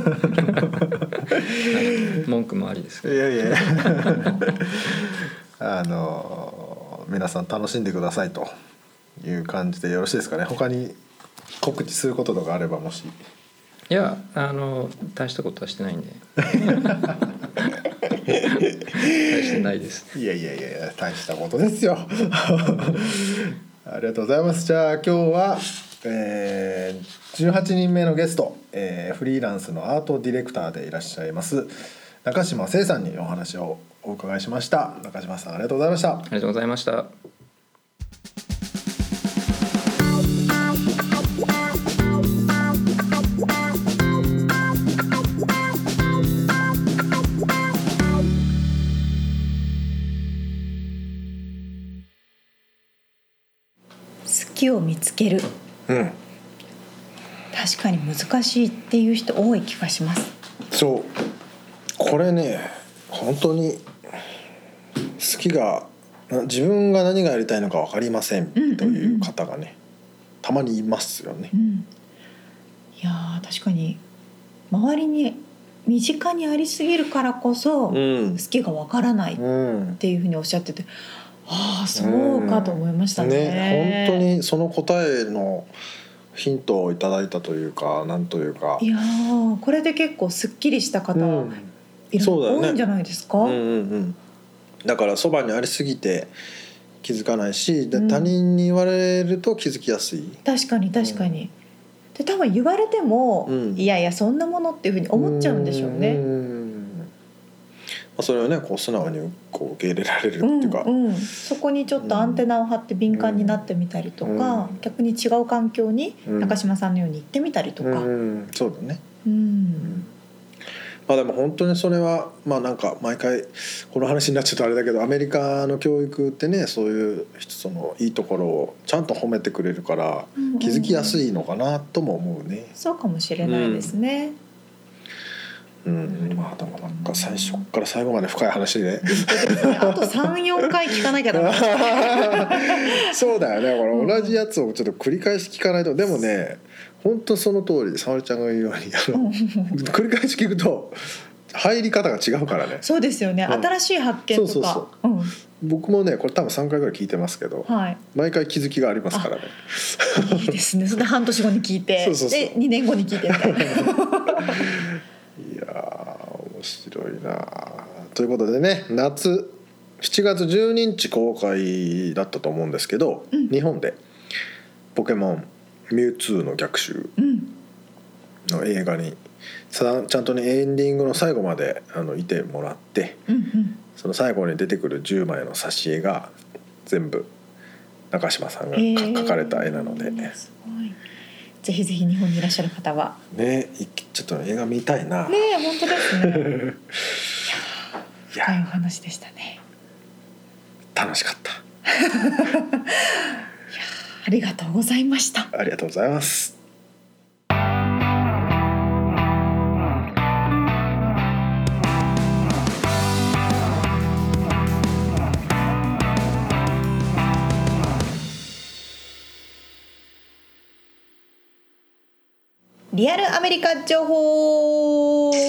文句もありですけどいやいやあの皆さん楽しんでくださいという感じでよろしいですかね。他に告知することとかあればもし。 いやあの大したことはしてないんで大してないです。 いやいやいや大したことですよありがとうございます。じゃあ今日は、えー、じゅうはちにんめのゲスト、えー、フリーランスのアートディレクターでいらっしゃいます中島聖さんにお話をお伺いしました。中島さんありがとうございました。 ありがとうございました。 好きを見つける、 うん、 確かに難しいっていう人多い気がします。 そうこれね本当に好きが自分が何がやりたいのか分かりませんという方がね、うんうんうん、たまにいますよね、 うん、いや確かに周りに身近にありすぎるからこそ、うん、好きが分からないっていうふうにおっしゃってて、ああそうかと思いましたね。 ね、本当にその答えのヒントをいただいたというかなんというか、 いやこれで結構すっきりした方、うん、いろいろ多いんじゃないですか。 うんうんうん、だからそばにありすぎて気づかないし、で、うん、他人に言われると気づきやすい。 確かに確かに、うん、で多分言われても、うん、いやいやそんなものっていうふうに思っちゃうんでしょうね。うんそれをねこう素直にこう受け入れられるっていうか、 うんうん、そこにちょっとアンテナを張って敏感になってみたりとか、うん、逆に違う環境に中島さんのように行ってみたりとか、 うんうん、そうだね、 うん、 まあでも本当にそれはまあなんか毎回この話になっちゃうとあれだけどアメリカの教育ってねそういうそのいいところをちゃんと褒めてくれるから気づきやすいのかなとも思うね、うんうんうん、 そうかもしれないですね、 うんうん、まあでもなんか最初から最後まで深い話で、ね、 あと さん,よん 回聞かなきゃダメそうだよね。これ同じやつをちょっと繰り返し聞かないと。でもね本当その通りで沙織ちゃんが言うようにあの繰り返し聞くと入り方が違うからね。 そうですよね、うん、新しい発見とか。そうそうそう、うん、 僕もねこれ多分さんかいぐらい聞いてますけど、はい、毎回気づきがありますからね。 いいですね。それで半年後に聞いてそうそうそうでにねんごに聞いてみたいないや面白いなということでね夏しちがつじゅうににち公開だったと思うんですけど、うん、日本でポケモンミュウツーの逆襲の映画にさちゃんとねエンディングの最後まであのいてもらって、うんうん、その最後に出てくるじゅうまいの挿絵が全部中島さんが描かれた絵なので、えー、すごいぜひぜひ日本にいらっしゃる方はねちょっと映画見たいな。 ねえ本当ですねいや深いお話でしたね。 楽しかったいやありがとうございました。 ありがとうございます。 リアルアメリカ情報。はい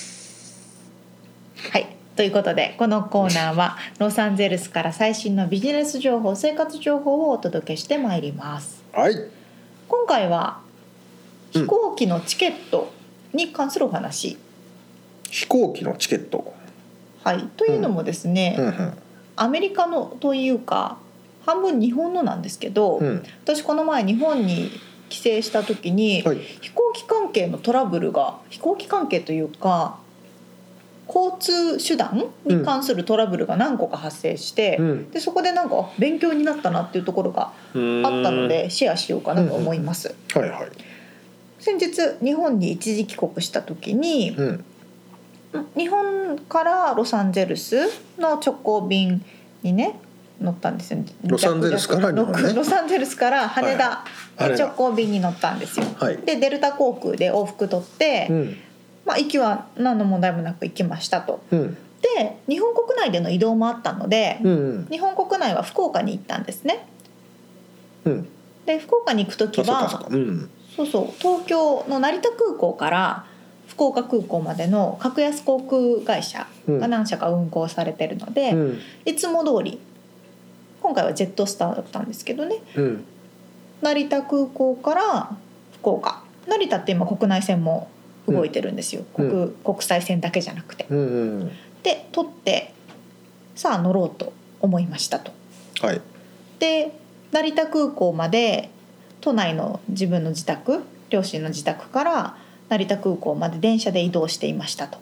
ということでこのコーナーはロサンゼルスから最新のビジネス情報生活情報をお届けしてまいります、 はい、 今回は飛行機のチケットに関するお話、うん、 飛行機のチケット、 はい、というのもですね、うんうんうん、アメリカのというか半分日本のなんですけど、うん、私この前日本に帰省した時に、はい、飛行機関係のトラブルが飛行機関係というか交通手段に関するトラブルが何個か発生して、うん、でそこでなんか勉強になったなっていうところがあったのでシェアしようかなと思います、 うんはいはい、 先日日本に一時帰国した時に、うん、日本からロサンゼルスの直行便にね乗ったんですよ。 ロサンゼルスから日本ね。 ロサンゼルスから羽田あれ直行便に乗ったんですよ、 はい、 でデルタ航空で往復取って、 うんまあ、行きは何の問題もなく行きましたと、 うん、 で日本国内での移動もあったので、 うんうん、 日本国内は福岡に行ったんですね、 うん、 で福岡に行く時はそう、うん、そうそう東京の成田空港から福岡空港までの格安航空会社が何社か運航されてるので、うん、いつも通り今回はジェットスターだったんですけどね、うん、成田空港から福岡、成田って今国内線も動いてるんですよ、うん、国, 国際線だけじゃなくて、うんうん、で取ってさあ乗ろうと思いましたと、はい、で成田空港まで都内の自分の自宅、両親の自宅から成田空港まで電車で移動していましたと。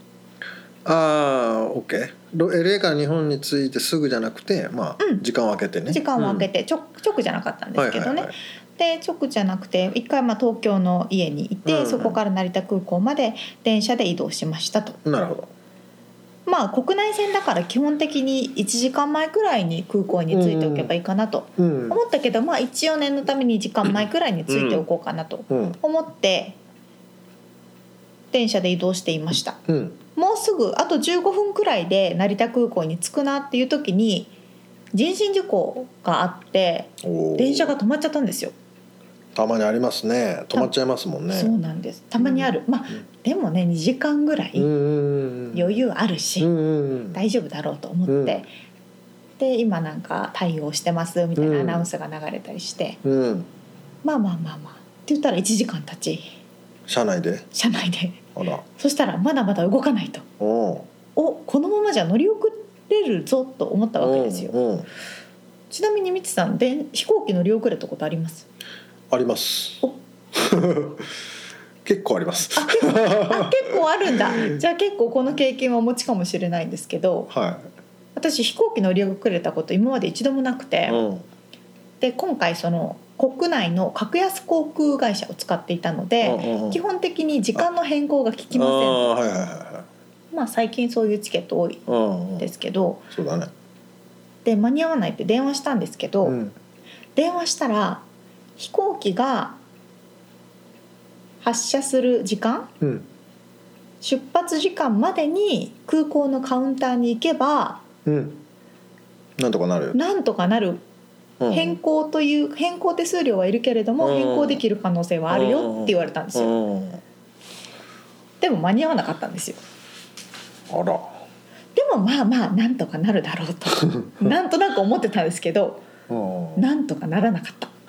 ああ OK、 エルエー から日本に着いてすぐじゃなくて、まあうん、時間を空けてね、 時間を空けて、うん、直, 直じゃなかったんですけどね、はいはいはい、で直じゃなくて一回まあ東京の家にいて、うん、そこから成田空港まで電車で移動しましたと。 なるほど。 まあ国内線だから基本的にいちじかんまえくらいに空港に着いておけばいいかなと思ったけど、うん、まあ一応念のためにいちじかんまえくらいに着いておこうかなと思って電車で移動していました、うん、もうすぐあとじゅうごふんくらいで成田空港に着くなっていう時に人身事故があって電車が止まっちゃったんですよ。 たまにありますね。止まっちゃいますもんね。 そうなんです。たまにある、うん、まあでもねにじかんぐらい余裕あるし大丈夫だろうと思って、うん、で今なんか対応してますみたいなアナウンスが流れたりして、うん、まあまあまあまあって言ったらいちじかん経ち車内で車内であらそしたらまだまだ動かないと、おおこのままじゃ乗り遅れるぞと思ったわけですよ。うんうん、ちなみにみつさんで飛行機乗り遅れたことあります？ あります。結構あります。 あ 結, 構あ結構あるんだ。じゃあ結構この経験はお持ちかもしれないんですけど、はい、私飛行機乗り遅れたこと今まで一度もなくて、うん、で今回その国内の格安航空会社を使っていたので、うんうん、基本的に時間の変更が効きませんと、はいはいはい、まあ最近そういうチケット多いですけど、うんうん、 そうだね。 で間に合わないって電話したんですけど、うん、電話したら飛行機が発車する時間、うん、出発時間までに空港のカウンターに行けば、 うん、なんとかなるなんとかなる、うん、変更という変更手数料はいるけれども、うん、変更できる可能性はあるよって言われたんですよ、うん、でも間に合わなかったんですよ。 あら。 でもまあまあなんとかなるだろうとなんとなく思ってたんですけどなんとかならなかった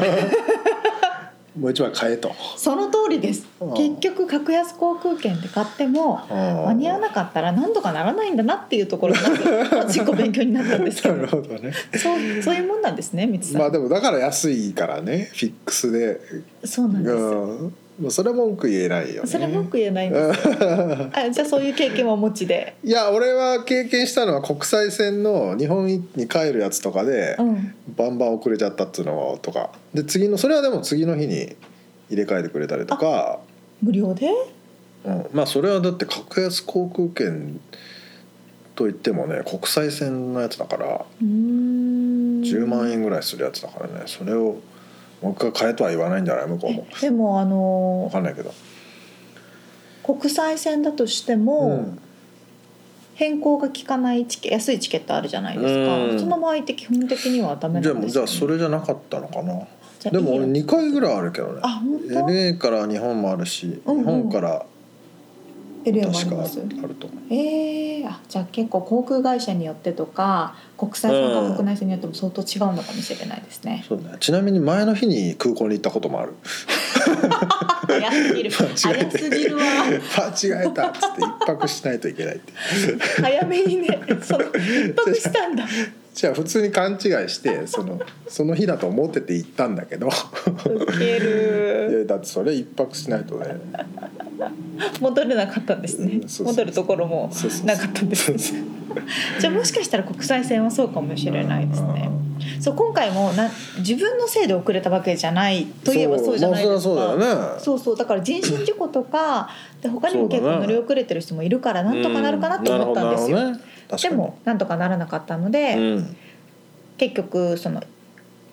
もう一枚買えと。 その通りです。結局格安航空券で買っても間に合わなかったら何とかならないんだなっていうところが自己勉強になったんですけど。 なるほどね。 そう、そういうもんなんですね、みつさん。 まあでもだから安いからね、フィックスで。 そうなんですよ。 もうそれは文句言えないよね。 それは文句言えないんですあ、じゃあそういう経験はお持ちで。 いや俺は経験したのは国際線の日本に帰るやつとかで、うん、バンバン遅れちゃったっていうのとかで、次のそれはでも次の日に入れ替えてくれたりとか。 無料で、 うん、まあそれはだって格安航空券といってもね国際線のやつだからうーんじゅうまんえんぐらいするやつだからね、それをもう一回買えとは言わないんじゃない向こうも。 でもあの分かんないけど国際線だとしても、うん、変更が効かないチケ安いチケットあるじゃないですか、うん、その場合って基本的にはダメなんですよね。 じゃあそれじゃなかったのかな。でも俺にかいぐらいあるけどね。 あ、本当？ エルエー から日本もあるし、うんうん、日本からエルエー もあります。 あると思う。 えー、あ、じゃあ結構航空会社によってとか国際線か国内線によっても相当違うのかもしれないですね。 そうね。ちなみに前の日に空港に行ったこともある。 早すぎる。早すぎるわ。 間違えたっつって一泊しないといけないって。 早めにね、その一泊したんだ。 じゃあ普通に勘違いしてそのその日だと思ってて行ったんだけど。 ウケる。 いやだってそれ一泊しないとね。 戻れなかったんですね。そうそうそう戻るところもなかったんですね。そうそうそうじゃあもしかしたら国際線はそうかもしれないですね。そう今回もな自分のせいで遅れたわけじゃないといえばそうじゃないですか。そう、まあ、そうだよね。そうそうだから人身事故とかで他にも結構乗り遅れてる人もいるからなんとかなるかなと思ったんですよ。でもなんとかならなかったので、うん、結局その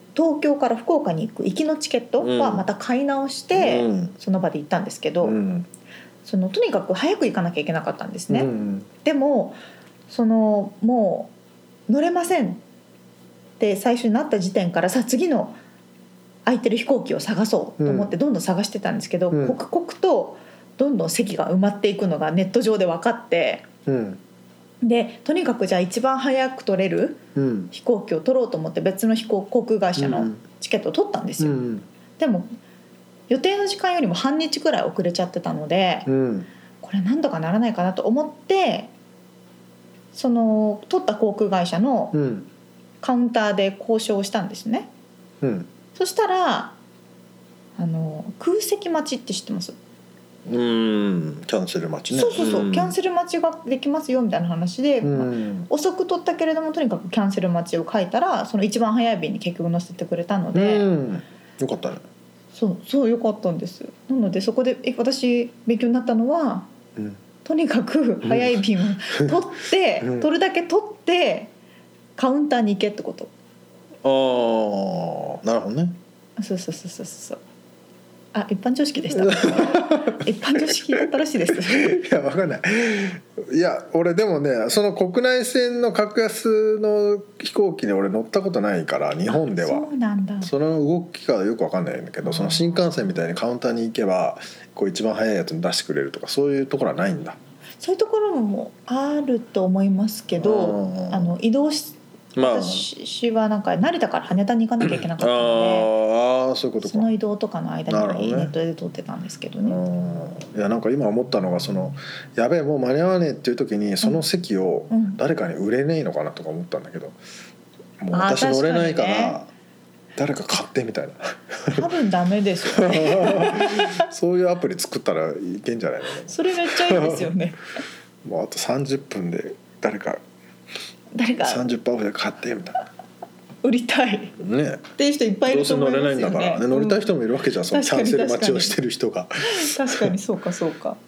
東京から福岡に行く行きのチケットはまた買い直して、うん、その場で行ったんですけど、うん、そのとにかく早く行かなきゃいけなかったんですね、うん、でもそのもう乗れませんって最初になった時点からさ次の空いてる飛行機を探そうと思ってどんどん探してたんですけど、うん、刻々とどんどん席が埋まっていくのがネット上で分かって、うん、でとにかくじゃあ一番早く取れる飛行機を取ろうと思って別の飛行航空会社のチケットを取ったんですよ、うん、でも予定の時間よりも半日くらい遅れちゃってたので、うん、これ何とかならないかなと思ってその取った航空会社のカウンターで交渉をしたんですね、うん、そしたらあの空席待ちって知ってます？ うーんキャンセル待ちね。 そうそうそう、うん、キャンセル待ちができますよみたいな話で、うんまあ、遅く取ったけれどもとにかくキャンセル待ちを書いたらその一番早い便に結局乗せてくれたので、うん、 よかったね。 そうそうよかったんです。なのでそこで私勉強になったのは、うん、とにかく早い便を取って、うん、取るだけ取ってカウンターに行けってこと。 ああなるほどね。 そうそうそうそうそう。あ一般常識でした一般常識だったらしいですいや分かんない。いや俺でもねその国内線の格安の飛行機で俺乗ったことないから日本では。 そうなんだ。 その動きがよく分かんないんだけどその新幹線みたいにカウンターに行けばこう一番早いやつに出してくれるとかそういうところはないんだ。 そういうところもあると思いますけどあの移動しまあ、私はなんか成田から羽田に行かなきゃいけなかったのであそういうことかその移動とかの間にネットで撮ってたんですけどね。 いやなんか今思ったのがそのやべえもう間に合わねえっていう時にその席を誰かに売れねえのかなとか思ったんだけど、うん、もう私乗れないから誰か買ってみたいな多分ダメですよねそういうアプリ作ったらいけんじゃないの。 それめっちゃいいですよねもうあとさんじゅっぷんで誰か誰かさんじゅっパーセント オフで買ってみたいな売りたい、ね、っていう人いっぱいいると思いますよね。 どうせ乗れないんだから、ね、乗りたい人もいるわけじゃん、うん、そのキャンセル待ちをしてる人が確かにそうかそうか、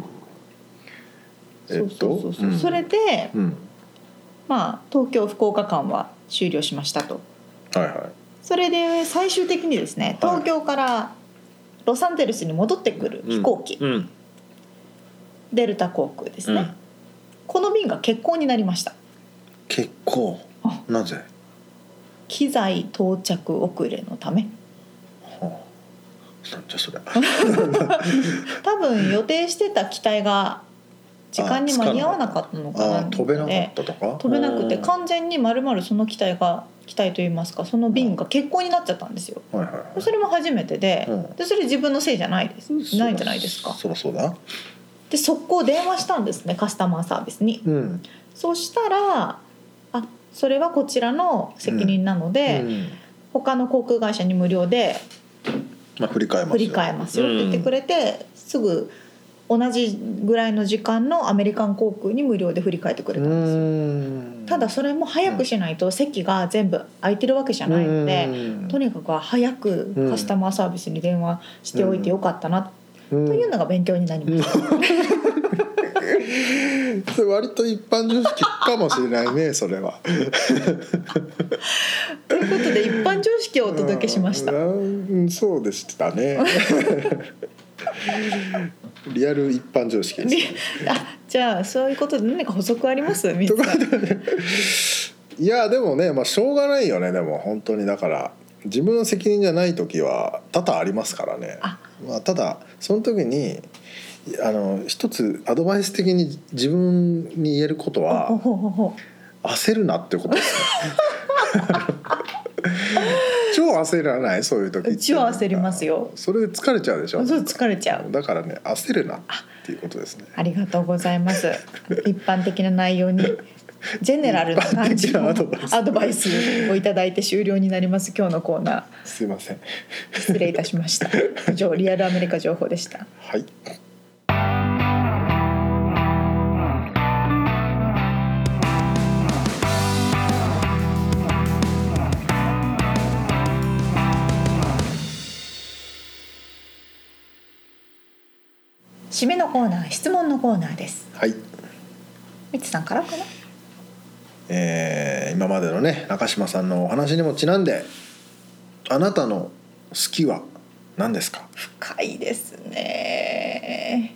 うん、えっとそうそうそう、うん、それで、うん、まあ東京福岡間は終了しましたと。 はいはい。 それで最終的にですね東京からロサンゼルスに戻ってくる飛行機、うんうん、デルタ航空ですね、うん、この便が欠航になりました。 欠航？なぜ？ 機材到着遅れのため。 はあ、なんじゃそりゃ多分予定してた機体が時間に間に合わなかったのかな。 あ飛べなかったとか？ 飛べなくて完全に丸々その機体が機体といいますかその便が欠航になっちゃったんですよ、はいはいはい、それも初めて で,、うん、でそれ自分のせいじゃないですないんじゃないですか。 そりゃそうだ。 で速攻電話したんですねカスタマーサービスに、うん、そしたらあそれはこちらの責任なので、うんうん、他の航空会社に無料で、 まあ、振り替えますよ、 振り替えますよって言ってくれて、うん、すぐ同じぐらいの時間のアメリカン航空に無料で振り替えてくれたんですよ。うんただそれも早くしないと席が全部空いてるわけじゃないので、うん、とにかく早くカスタマーサービスに電話しておいてよかったなというのが勉強になりました、うんそれ割と一般常識かもしれないねそれはということで一般常識をお届けしました。 うんそうでしたねリアル一般常識です、ね、 あじゃあそういうことで何か補足ありますみつさんいやでもね、まあ、しょうがないよね。でも本当にだから自分の責任じゃない時は多々ありますからね。あ、まあ、ただその時にあの一つアドバイス的に自分に言えることは焦るなってことですね超焦らないそういう時って。 超焦りますよ。 それで疲れちゃうでしょ。 そう疲れちゃう。 だからね焦るなっていうことですね。 ありがとうございます。一般的な内容にジェネラルな感じのアドバイスをいただいて終了になります今日のコーナー。 すいません失礼いたしました。以上リアルアメリカ情報でした。 はい。 締めのコーナー質問のコーナーです。 はい。 みつさんからかな。 えー、今までのね中島さんのお話にもちなんであなたの好きは何ですか？ 深いですね。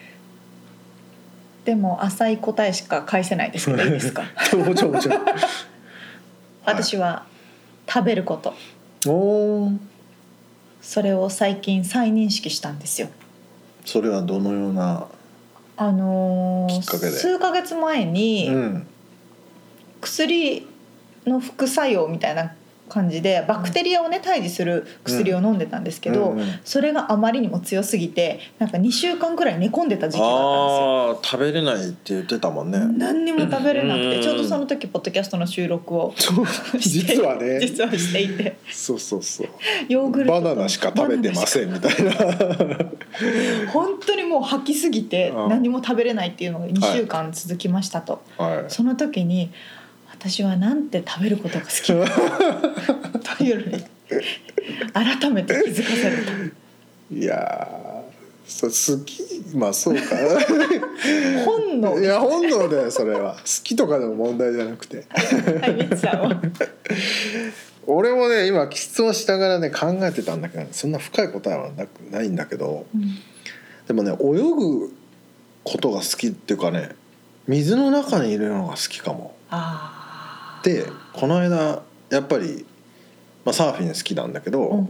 でも浅い答えしか返せないですけどいいですか？ もちろんもちろん私は食べること、 おー、 それを最近再認識したんですよ。 それはどのようなあのー、 きっかけで？ 数ヶ月前にうん薬の副作用みたいな感じでバクテリアをね退治する薬を飲んでたんですけど、 うんうんうん、 それがあまりにも強すぎてなんかにしゅうかんくらい寝込んでた時期があったんですよ。 あー、食べれないって言ってたもんね。 何にも食べれなくて、 うん、 ちょうどその時ポッドキャストの収録を実はね実はしていて、 そうそうそうヨーグルトとバナナしか食べてませんみたいな本当にもう吐きすぎて何も食べれないっていうのがにしゅうかん続きましたと、 はい、 その時に私はなんて食べることが好きだというのに改めて気づかされた。 いやー、そう好き、まあそうか本能。 いや本能だよそれは。好きとかでも問題じゃなくてはい、みつさんは俺もね今質問しながらね考えてたんだけど、そんな深い答えはなくないんだけど、うん、でもね泳ぐことが好きっていうかね、水の中にいるのが好きかも。 あでこの間やっぱり、まあ、サーフィン好きなんだけど、うんうん、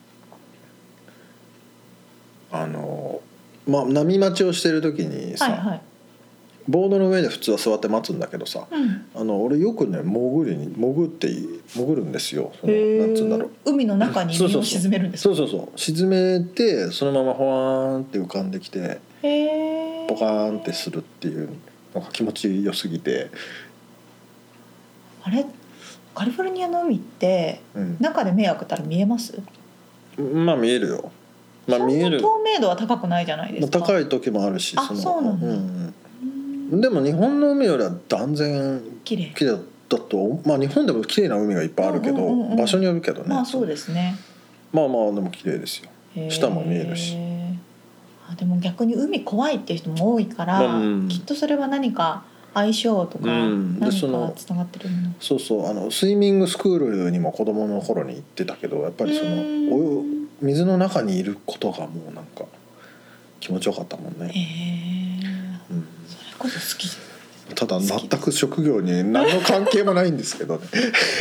あのまあ波待ちをしてる時にさ、はいはい、ボードの上で普通は座って待つんだけどさ、うん、あの俺よくね潜りに潜って潜るんですよ。そのなんつうんだろう、 海の中に身を沈めるんですか？ そうそうそう、沈めてそのままホワーンって浮かんできてポカーンってするっていうのが気持ちよすぎて。 あれカリフォルニアの海って、うん、中で目開けたら見えます？ まあ見えるよ。まあ、見える。 透明度は高くないじゃないですか。 高い時もあるし。 あ、そのそうなんだ、 うんうん、でも日本の海よりは断然綺麗綺麗だと、まあ日本でも綺麗な海がいっぱいあるけど、うんうんうん、場所によるけどね。 まあそうですね。 まあまあでも綺麗ですよ。下も見えるし。 あ、でも逆に海怖いっていう人も多いから、うん、きっとそれは何か相性とか何かつながってるもの、うん、 そうそう、あのスイミングスクールにも子供の頃に行ってたけど、やっぱりそのお水の中にいることがもうなんか気持ちよかったもんね。 へー、うん、それこそ好き。 ただ全く職業に何の関係もないんですけどね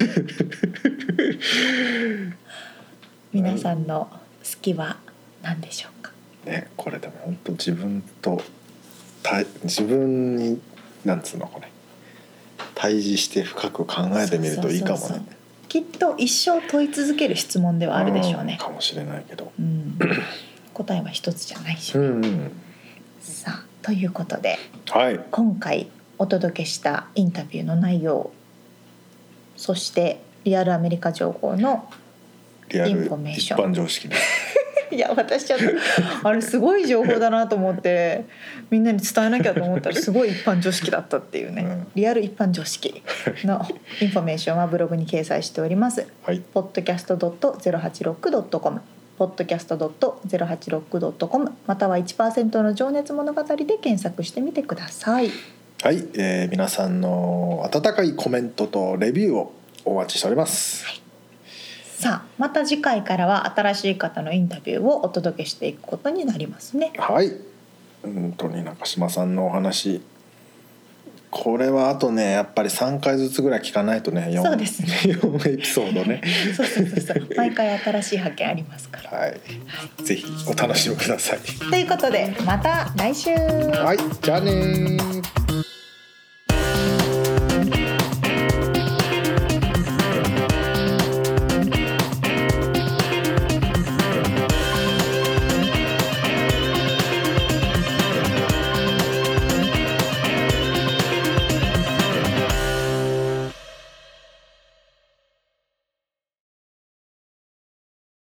皆さんの好きは何でしょうかね。これでも本当自分と自分になんつうのこれ対峙して深く考えてみるといいかもね。そうそうそうそう、 きっと一生問い続ける質問ではあるでしょうね。 かもしれないけど、 うん、答えは一つじゃないし、ね、うんうん、さあということで、 はい、 今回お届けしたインタビューの内容、そしてリアルアメリカ情報のインフォメーション、 リアル一般常識ねいや私ちょっとあれすごい情報だなと思ってみんなに伝えなきゃと思ったらすごい一般常識だったっていうね、うん、リアル一般常識のインフォメーションはブログに掲載しております、はい、ポッドキャスト ドットゼロはちろく ドットコム ポッドキャスト ドットゼロはちろく ドットコム または いちパーセント の情熱物語で検索してみてください。 はい、えー、皆さんの温かいコメントとレビューをお待ちしております、はい。 さあまた次回からは新しい方のインタビューをお届けしていくことになりますね。 はい、本当に中島さんのお話、これはあとねやっぱりさんかいずつぐらい聞かないとね。 そうですねよんエピソードねそうそうそうそう毎回新しい発見ありますから、 はい、はい、ぜひお楽しみください。 ということでまた来週。 はい、じゃあね。